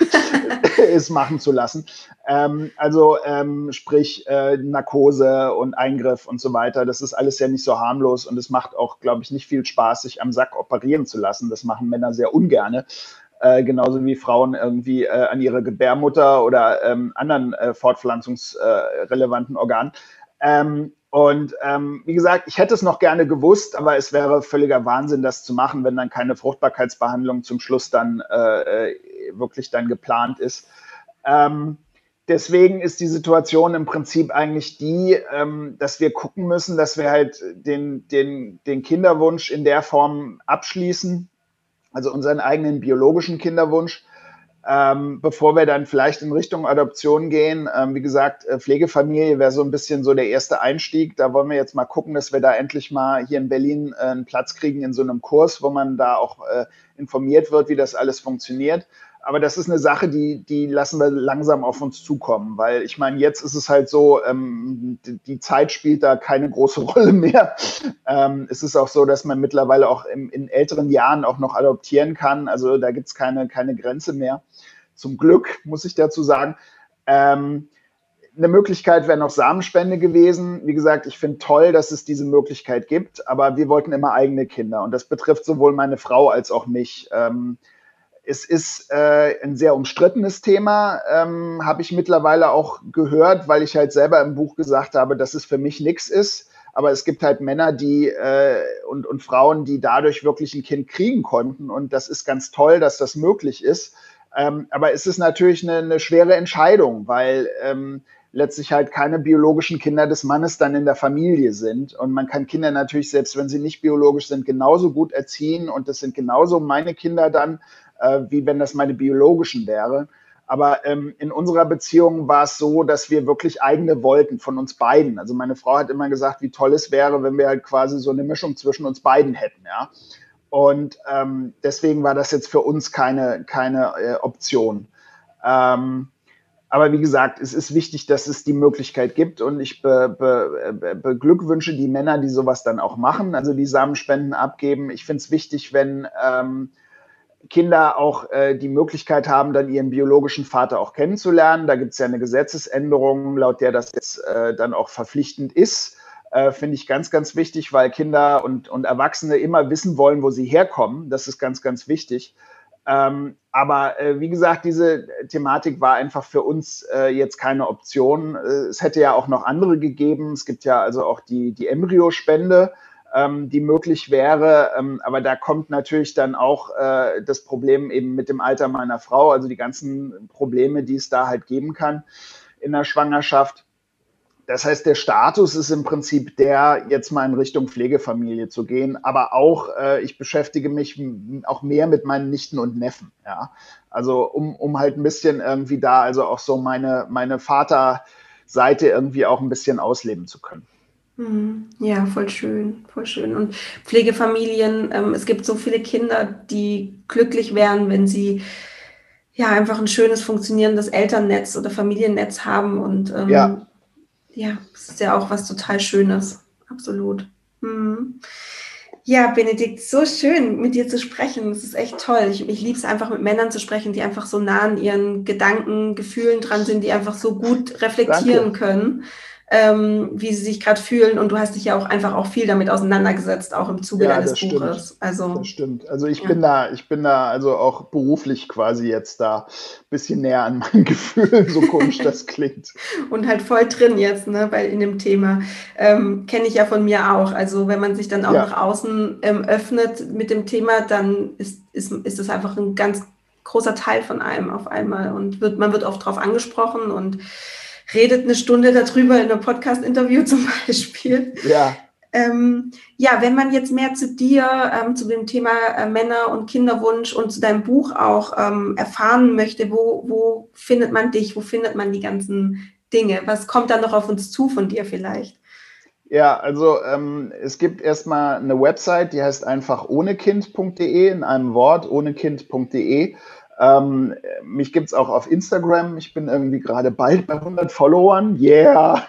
es machen zu lassen. Ähm, also ähm, sprich äh, Narkose und Eingriff und so weiter, das ist alles ja nicht so harmlos und es macht auch, glaube ich, nicht viel Spaß, sich am Sack operieren zu lassen. Das machen Männer sehr ungerne. Äh, genauso wie Frauen irgendwie äh, an ihre Gebärmutter oder ähm, anderen äh, fortpflanzungsrelevanten äh, Organen. Ähm, und ähm, wie gesagt, ich hätte es noch gerne gewusst, aber es wäre völliger Wahnsinn, das zu machen, wenn dann keine Fruchtbarkeitsbehandlung zum Schluss dann äh, wirklich dann geplant ist. Ähm, Deswegen ist die Situation im Prinzip eigentlich die, ähm, dass wir gucken müssen, dass wir halt den, den, den Kinderwunsch in der Form abschließen, also unseren eigenen biologischen Kinderwunsch, ähm, bevor wir dann vielleicht in Richtung Adoption gehen. Ähm, wie gesagt, Pflegefamilie wäre so ein bisschen so der erste Einstieg. Da wollen wir jetzt mal gucken, dass wir da endlich mal hier in Berlin äh, einen Platz kriegen in so einem Kurs, wo man da auch äh, informiert wird, wie das alles funktioniert. Aber das ist eine Sache, die, die lassen wir langsam auf uns zukommen, weil ich meine, jetzt ist es halt so, ähm, die Zeit spielt da keine große Rolle mehr. Ähm, es ist auch so, dass man mittlerweile auch im, in älteren Jahren auch noch adoptieren kann. Also da gibt es keine, keine Grenze mehr. Zum Glück, muss ich dazu sagen. Ähm, eine Möglichkeit wäre noch Samenspende gewesen. Wie gesagt, ich finde toll, dass es diese Möglichkeit gibt, aber wir wollten immer eigene Kinder. Und das betrifft sowohl meine Frau als auch mich. Ähm, Es ist äh, ein sehr umstrittenes Thema, ähm, habe ich mittlerweile auch gehört, weil ich halt selber im Buch gesagt habe, dass es für mich nichts ist. Aber es gibt halt Männer, die äh, und, und Frauen, die dadurch wirklich ein Kind kriegen konnten. Und das ist ganz toll, dass das möglich ist. Ähm, aber es ist natürlich eine, eine schwere Entscheidung, weil ähm, letztlich halt keine biologischen Kinder des Mannes dann in der Familie sind. Und man kann Kinder natürlich, selbst wenn sie nicht biologisch sind, genauso gut erziehen. Und das sind genauso meine Kinder dann, äh, wie wenn das meine biologischen wäre. Aber ähm, in unserer Beziehung war es so, dass wir wirklich eigene wollten von uns beiden. Also meine Frau hat immer gesagt, wie toll es wäre, wenn wir halt quasi so eine Mischung zwischen uns beiden hätten, ja. Und ähm, deswegen war das jetzt für uns keine, keine äh, Option. Ähm, aber wie gesagt, es ist wichtig, dass es die Möglichkeit gibt und ich be, be, beglückwünsche die Männer, die sowas dann auch machen, also die Samenspenden abgeben. Ich finde es wichtig, wenn ähm, Kinder auch äh, die Möglichkeit haben, dann ihren biologischen Vater auch kennenzulernen. Da gibt es ja eine Gesetzesänderung, laut der das jetzt äh, dann auch verpflichtend ist. Äh, finde ich ganz, ganz wichtig, weil Kinder und, und Erwachsene immer wissen wollen, wo sie herkommen. Das ist ganz, ganz wichtig. Ähm, aber äh, wie gesagt, diese Thematik war einfach für uns äh, jetzt keine Option. Äh, es hätte ja auch noch andere gegeben. Es gibt ja also auch die, die Embryospende, ähm, die möglich wäre. Ähm, aber da kommt natürlich dann auch äh, das Problem eben mit dem Alter meiner Frau, also die ganzen Probleme, die es da halt geben kann in der Schwangerschaft. Das heißt, der Status ist im Prinzip der, jetzt mal in Richtung Pflegefamilie zu gehen. Aber auch, äh, ich beschäftige mich auch mehr mit meinen Nichten und Neffen. Ja? Also um, um halt ein bisschen irgendwie da, also auch so meine, meine Vaterseite irgendwie auch ein bisschen ausleben zu können. Ja, voll schön, voll schön. Und Pflegefamilien, ähm, es gibt so viele Kinder, die glücklich wären, wenn sie ja einfach ein schönes, funktionierendes Elternnetz oder Familiennetz haben. Und ähm, Ja. ja, es ist ja auch was total Schönes. Absolut. Mhm. Ja, Benedikt, so schön, mit dir zu sprechen. Es ist echt toll. Ich, ich liebe es einfach, mit Männern zu sprechen, die einfach so nah an ihren Gedanken, Gefühlen dran sind, die einfach so gut reflektieren Danke. können, ähm, wie sie sich gerade fühlen. Und du hast dich ja auch einfach auch viel damit auseinandergesetzt, auch im Zuge Ja, deines das stimmt. Buches. Also, Das stimmt. Also ich ja. bin da, ich bin da also auch beruflich quasi jetzt da ein bisschen näher an meinen Gefühlen, so komisch das klingt. Und halt voll drin jetzt, ne, bei, in dem Thema. Ähm, kenne ich ja von mir auch. Also wenn man sich dann auch nach Ja, außen ähm, öffnet mit dem Thema, dann ist, ist, ist das einfach ein ganz großer Teil von einem auf einmal. Und wird, man wird oft drauf angesprochen und redet eine Stunde darüber in einem Podcast-Interview zum Beispiel. ja. Ähm, ja, wenn man jetzt mehr zu dir, ähm, zu dem Thema äh, Männer- und Kinderwunsch und zu deinem Buch auch ähm, erfahren möchte, wo, wo findet man dich, wo findet man die ganzen Dinge? Was kommt da noch auf uns zu von dir vielleicht? Ja, also ähm, es gibt erstmal eine Website, die heißt einfach ohnekind punkt de, in einem Wort, ohnekind punkt de. Ähm, mich gibt's auch auf Instagram. Ich bin irgendwie gerade bald bei hundert Followern. Yeah!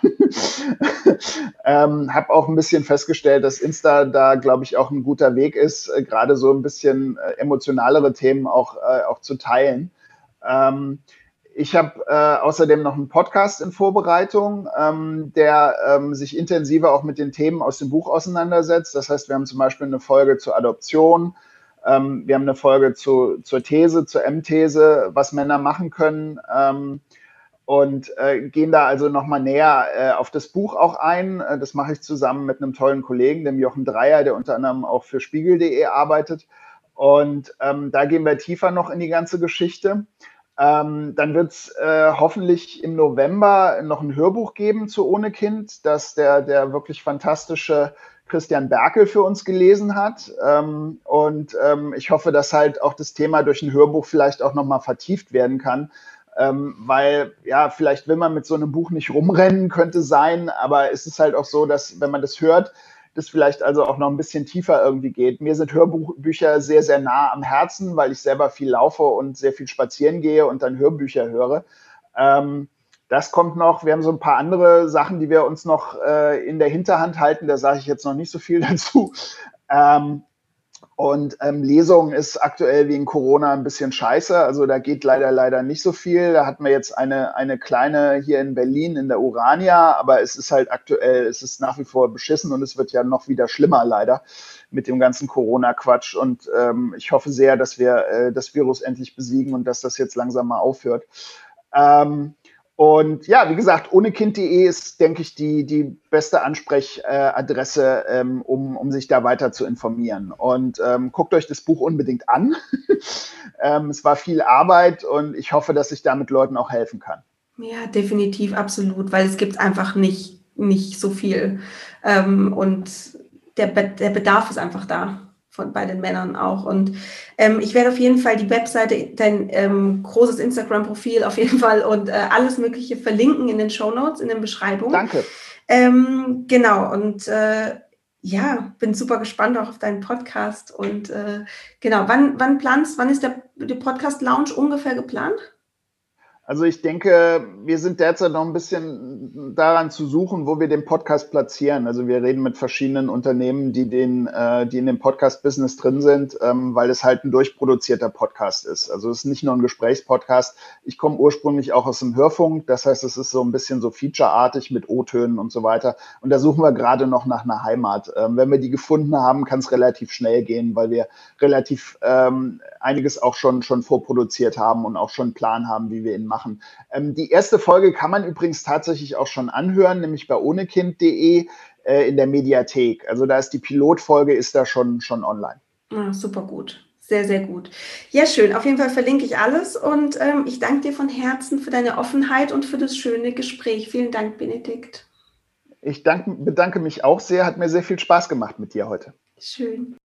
ähm, Habe auch ein bisschen festgestellt, dass Insta da, glaube ich, auch ein guter Weg ist, äh, gerade so ein bisschen äh, emotionalere Themen auch, äh, auch zu teilen. Ähm, Ich habe äh, außerdem noch einen Podcast in Vorbereitung, ähm, der ähm, sich intensiver auch mit den Themen aus dem Buch auseinandersetzt. Das heißt, wir haben zum Beispiel eine Folge zur Adoption, ähm, wir haben eine Folge zu, zur These, zur M-These, was Männer machen können, ähm, und äh, gehen da also nochmal näher äh, auf das Buch auch ein. Äh, das mache ich zusammen mit einem tollen Kollegen, dem Jochen Dreier, der unter anderem auch für Spiegel punkt de arbeitet. Und ähm, da gehen wir tiefer noch in die ganze Geschichte. Ähm, dann wird es äh, hoffentlich im November noch ein Hörbuch geben zu Ohne Kind, das der, der wirklich fantastische Christian Berkel für uns gelesen hat. Ähm, und ähm, ich hoffe, dass halt auch das Thema durch ein Hörbuch vielleicht auch nochmal vertieft werden kann. Ähm, weil, ja, vielleicht will man mit so einem Buch nicht rumrennen, könnte sein, aber es ist halt auch so, dass, wenn man das hört, das vielleicht also auch noch ein bisschen tiefer irgendwie geht. Mir sind Hörbücher sehr, sehr nah am Herzen, weil ich selber viel laufe und sehr viel spazieren gehe und dann Hörbücher höre. Ähm, das kommt noch. Wir haben so ein paar andere Sachen, die wir uns noch äh, in der Hinterhand halten. Da sage ich jetzt noch nicht so viel dazu. Ähm, und ähm, Lesung ist aktuell wegen Corona ein bisschen scheiße. Also da geht leider, leider nicht so viel. Da hatten wir jetzt eine, eine kleine hier in Berlin in der Urania, aber es ist halt aktuell, es ist nach wie vor beschissen und es wird ja noch wieder schlimmer leider mit dem ganzen Corona-Quatsch. Und ähm, ich hoffe sehr, dass wir äh, das Virus endlich besiegen und dass das jetzt langsam mal aufhört. Ähm, Und ja, wie gesagt, ohnekind punkt de ist, denke ich, die, die beste Ansprechadresse, ähm, um, um sich da weiter zu informieren. Und ähm, guckt euch das Buch unbedingt an. ähm, es war viel Arbeit und ich hoffe, dass ich damit Leuten auch helfen kann. Ja, definitiv, absolut, weil es gibt einfach nicht, nicht so viel. Ähm, und der, Be der Bedarf ist einfach da. Von, bei den Männern auch. Und ähm, ich werde auf jeden Fall die Webseite, dein ähm, großes Instagram-Profil auf jeden Fall und äh, alles Mögliche verlinken in den Shownotes, in den Beschreibungen. Danke. Ähm, genau, und äh, ja, bin super gespannt auch auf deinen Podcast. Und äh, genau, wann, wann planst, wann ist der, der Podcast-Lounge ungefähr geplant? Also ich denke, wir sind derzeit noch ein bisschen daran zu suchen, wo wir den Podcast platzieren. Also wir reden mit verschiedenen Unternehmen, die den, äh, die in dem Podcast-Business drin sind, ähm, weil es halt ein durchproduzierter Podcast ist. Also es ist nicht nur ein Gesprächspodcast. Ich komme ursprünglich auch aus dem Hörfunk. Das heißt, es ist so ein bisschen so featureartig mit O-Tönen und so weiter. Und da suchen wir gerade noch nach einer Heimat. Ähm, wenn wir die gefunden haben, kann es relativ schnell gehen, weil wir relativ ähm, einiges auch schon, schon vorproduziert haben und auch schon einen Plan haben, wie wir ihn machen. Machen. Ähm, die erste Folge kann man übrigens tatsächlich auch schon anhören, nämlich bei ohnekind punkt de äh, in der Mediathek. Also da ist die Pilotfolge, ist da schon, schon online. Ah, super gut. Sehr, sehr gut. Ja, schön. Auf jeden Fall verlinke ich alles und ähm, ich danke dir von Herzen für deine Offenheit und für das schöne Gespräch. Vielen Dank, Benedikt. Ich danke, bedanke mich auch sehr. Hat mir sehr viel Spaß gemacht mit dir heute. Schön.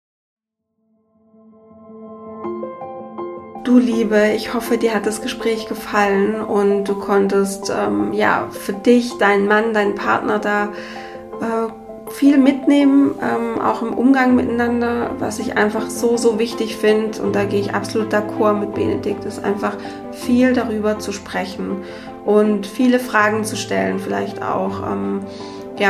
Du Liebe, ich hoffe, dir hat das Gespräch gefallen und du konntest ähm, ja für dich, deinen Mann, deinen Partner da äh, viel mitnehmen, ähm, auch im Umgang miteinander, was ich einfach so, so wichtig finde. Und da gehe ich absolut d'accord mit Benedikt, ist einfach viel darüber zu sprechen und viele Fragen zu stellen, vielleicht auch, ähm, ja,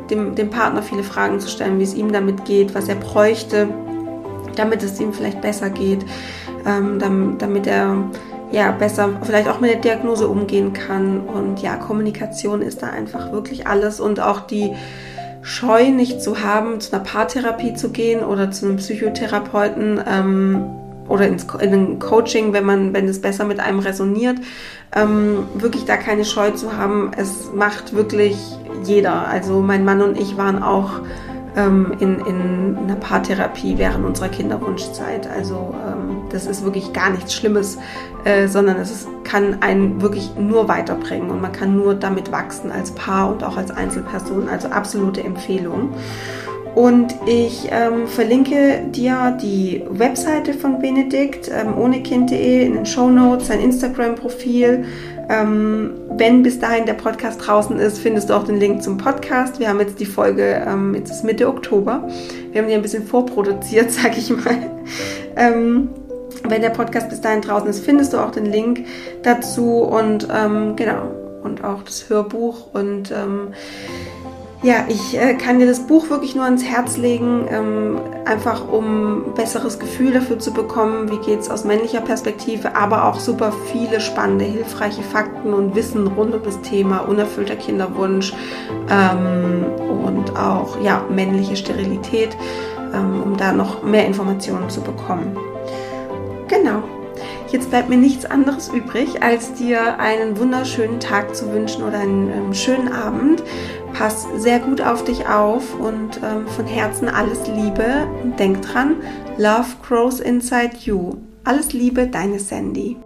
dem, dem Partner viele Fragen zu stellen, wie es ihm damit geht, was er bräuchte, damit es ihm vielleicht besser geht, ähm, damit, damit er ja besser vielleicht auch mit der Diagnose umgehen kann. Und ja, Kommunikation ist da einfach wirklich alles und auch die Scheu nicht zu haben, zu einer Paartherapie zu gehen oder zu einem Psychotherapeuten ähm, oder ins, in ein Coaching, wenn man, wenn es besser mit einem resoniert, ähm, wirklich da keine Scheu zu haben. Es macht wirklich jeder. Also mein Mann und ich waren auch ähm, in, in einer Paartherapie während unserer Kinderwunschzeit. Also ähm, das ist wirklich gar nichts Schlimmes, äh, sondern es ist, kann einen wirklich nur weiterbringen und man kann nur damit wachsen als Paar und auch als Einzelperson. Also absolute Empfehlung. Und ich ähm, verlinke dir die Webseite von Benedikt, ähm, ohnekind punkt de, in den Shownotes, sein Instagram-Profil. Ähm, wenn bis dahin der Podcast draußen ist, findest du auch den Link zum Podcast. Wir haben jetzt die Folge, ähm, jetzt ist Mitte Oktober. Wir haben die ein bisschen vorproduziert, sag ich mal. Ähm, wenn der Podcast bis dahin draußen ist, findest du auch den Link dazu und ähm, genau, und auch das Hörbuch und ähm, ja, ich äh, kann dir das Buch wirklich nur ans Herz legen, ähm, einfach um ein besseres Gefühl dafür zu bekommen, wie geht es aus männlicher Perspektive, aber auch super viele spannende, hilfreiche Fakten und Wissen rund um das Thema unerfüllter Kinderwunsch ähm, und auch ja, männliche Sterilität, ähm, um da noch mehr Informationen zu bekommen. Genau. Jetzt bleibt mir nichts anderes übrig, als dir einen wunderschönen Tag zu wünschen oder einen ähm, schönen Abend. Pass sehr gut auf dich auf und ähm, von Herzen alles Liebe und denk dran, Love grows inside you. Alles Liebe, deine Sandy.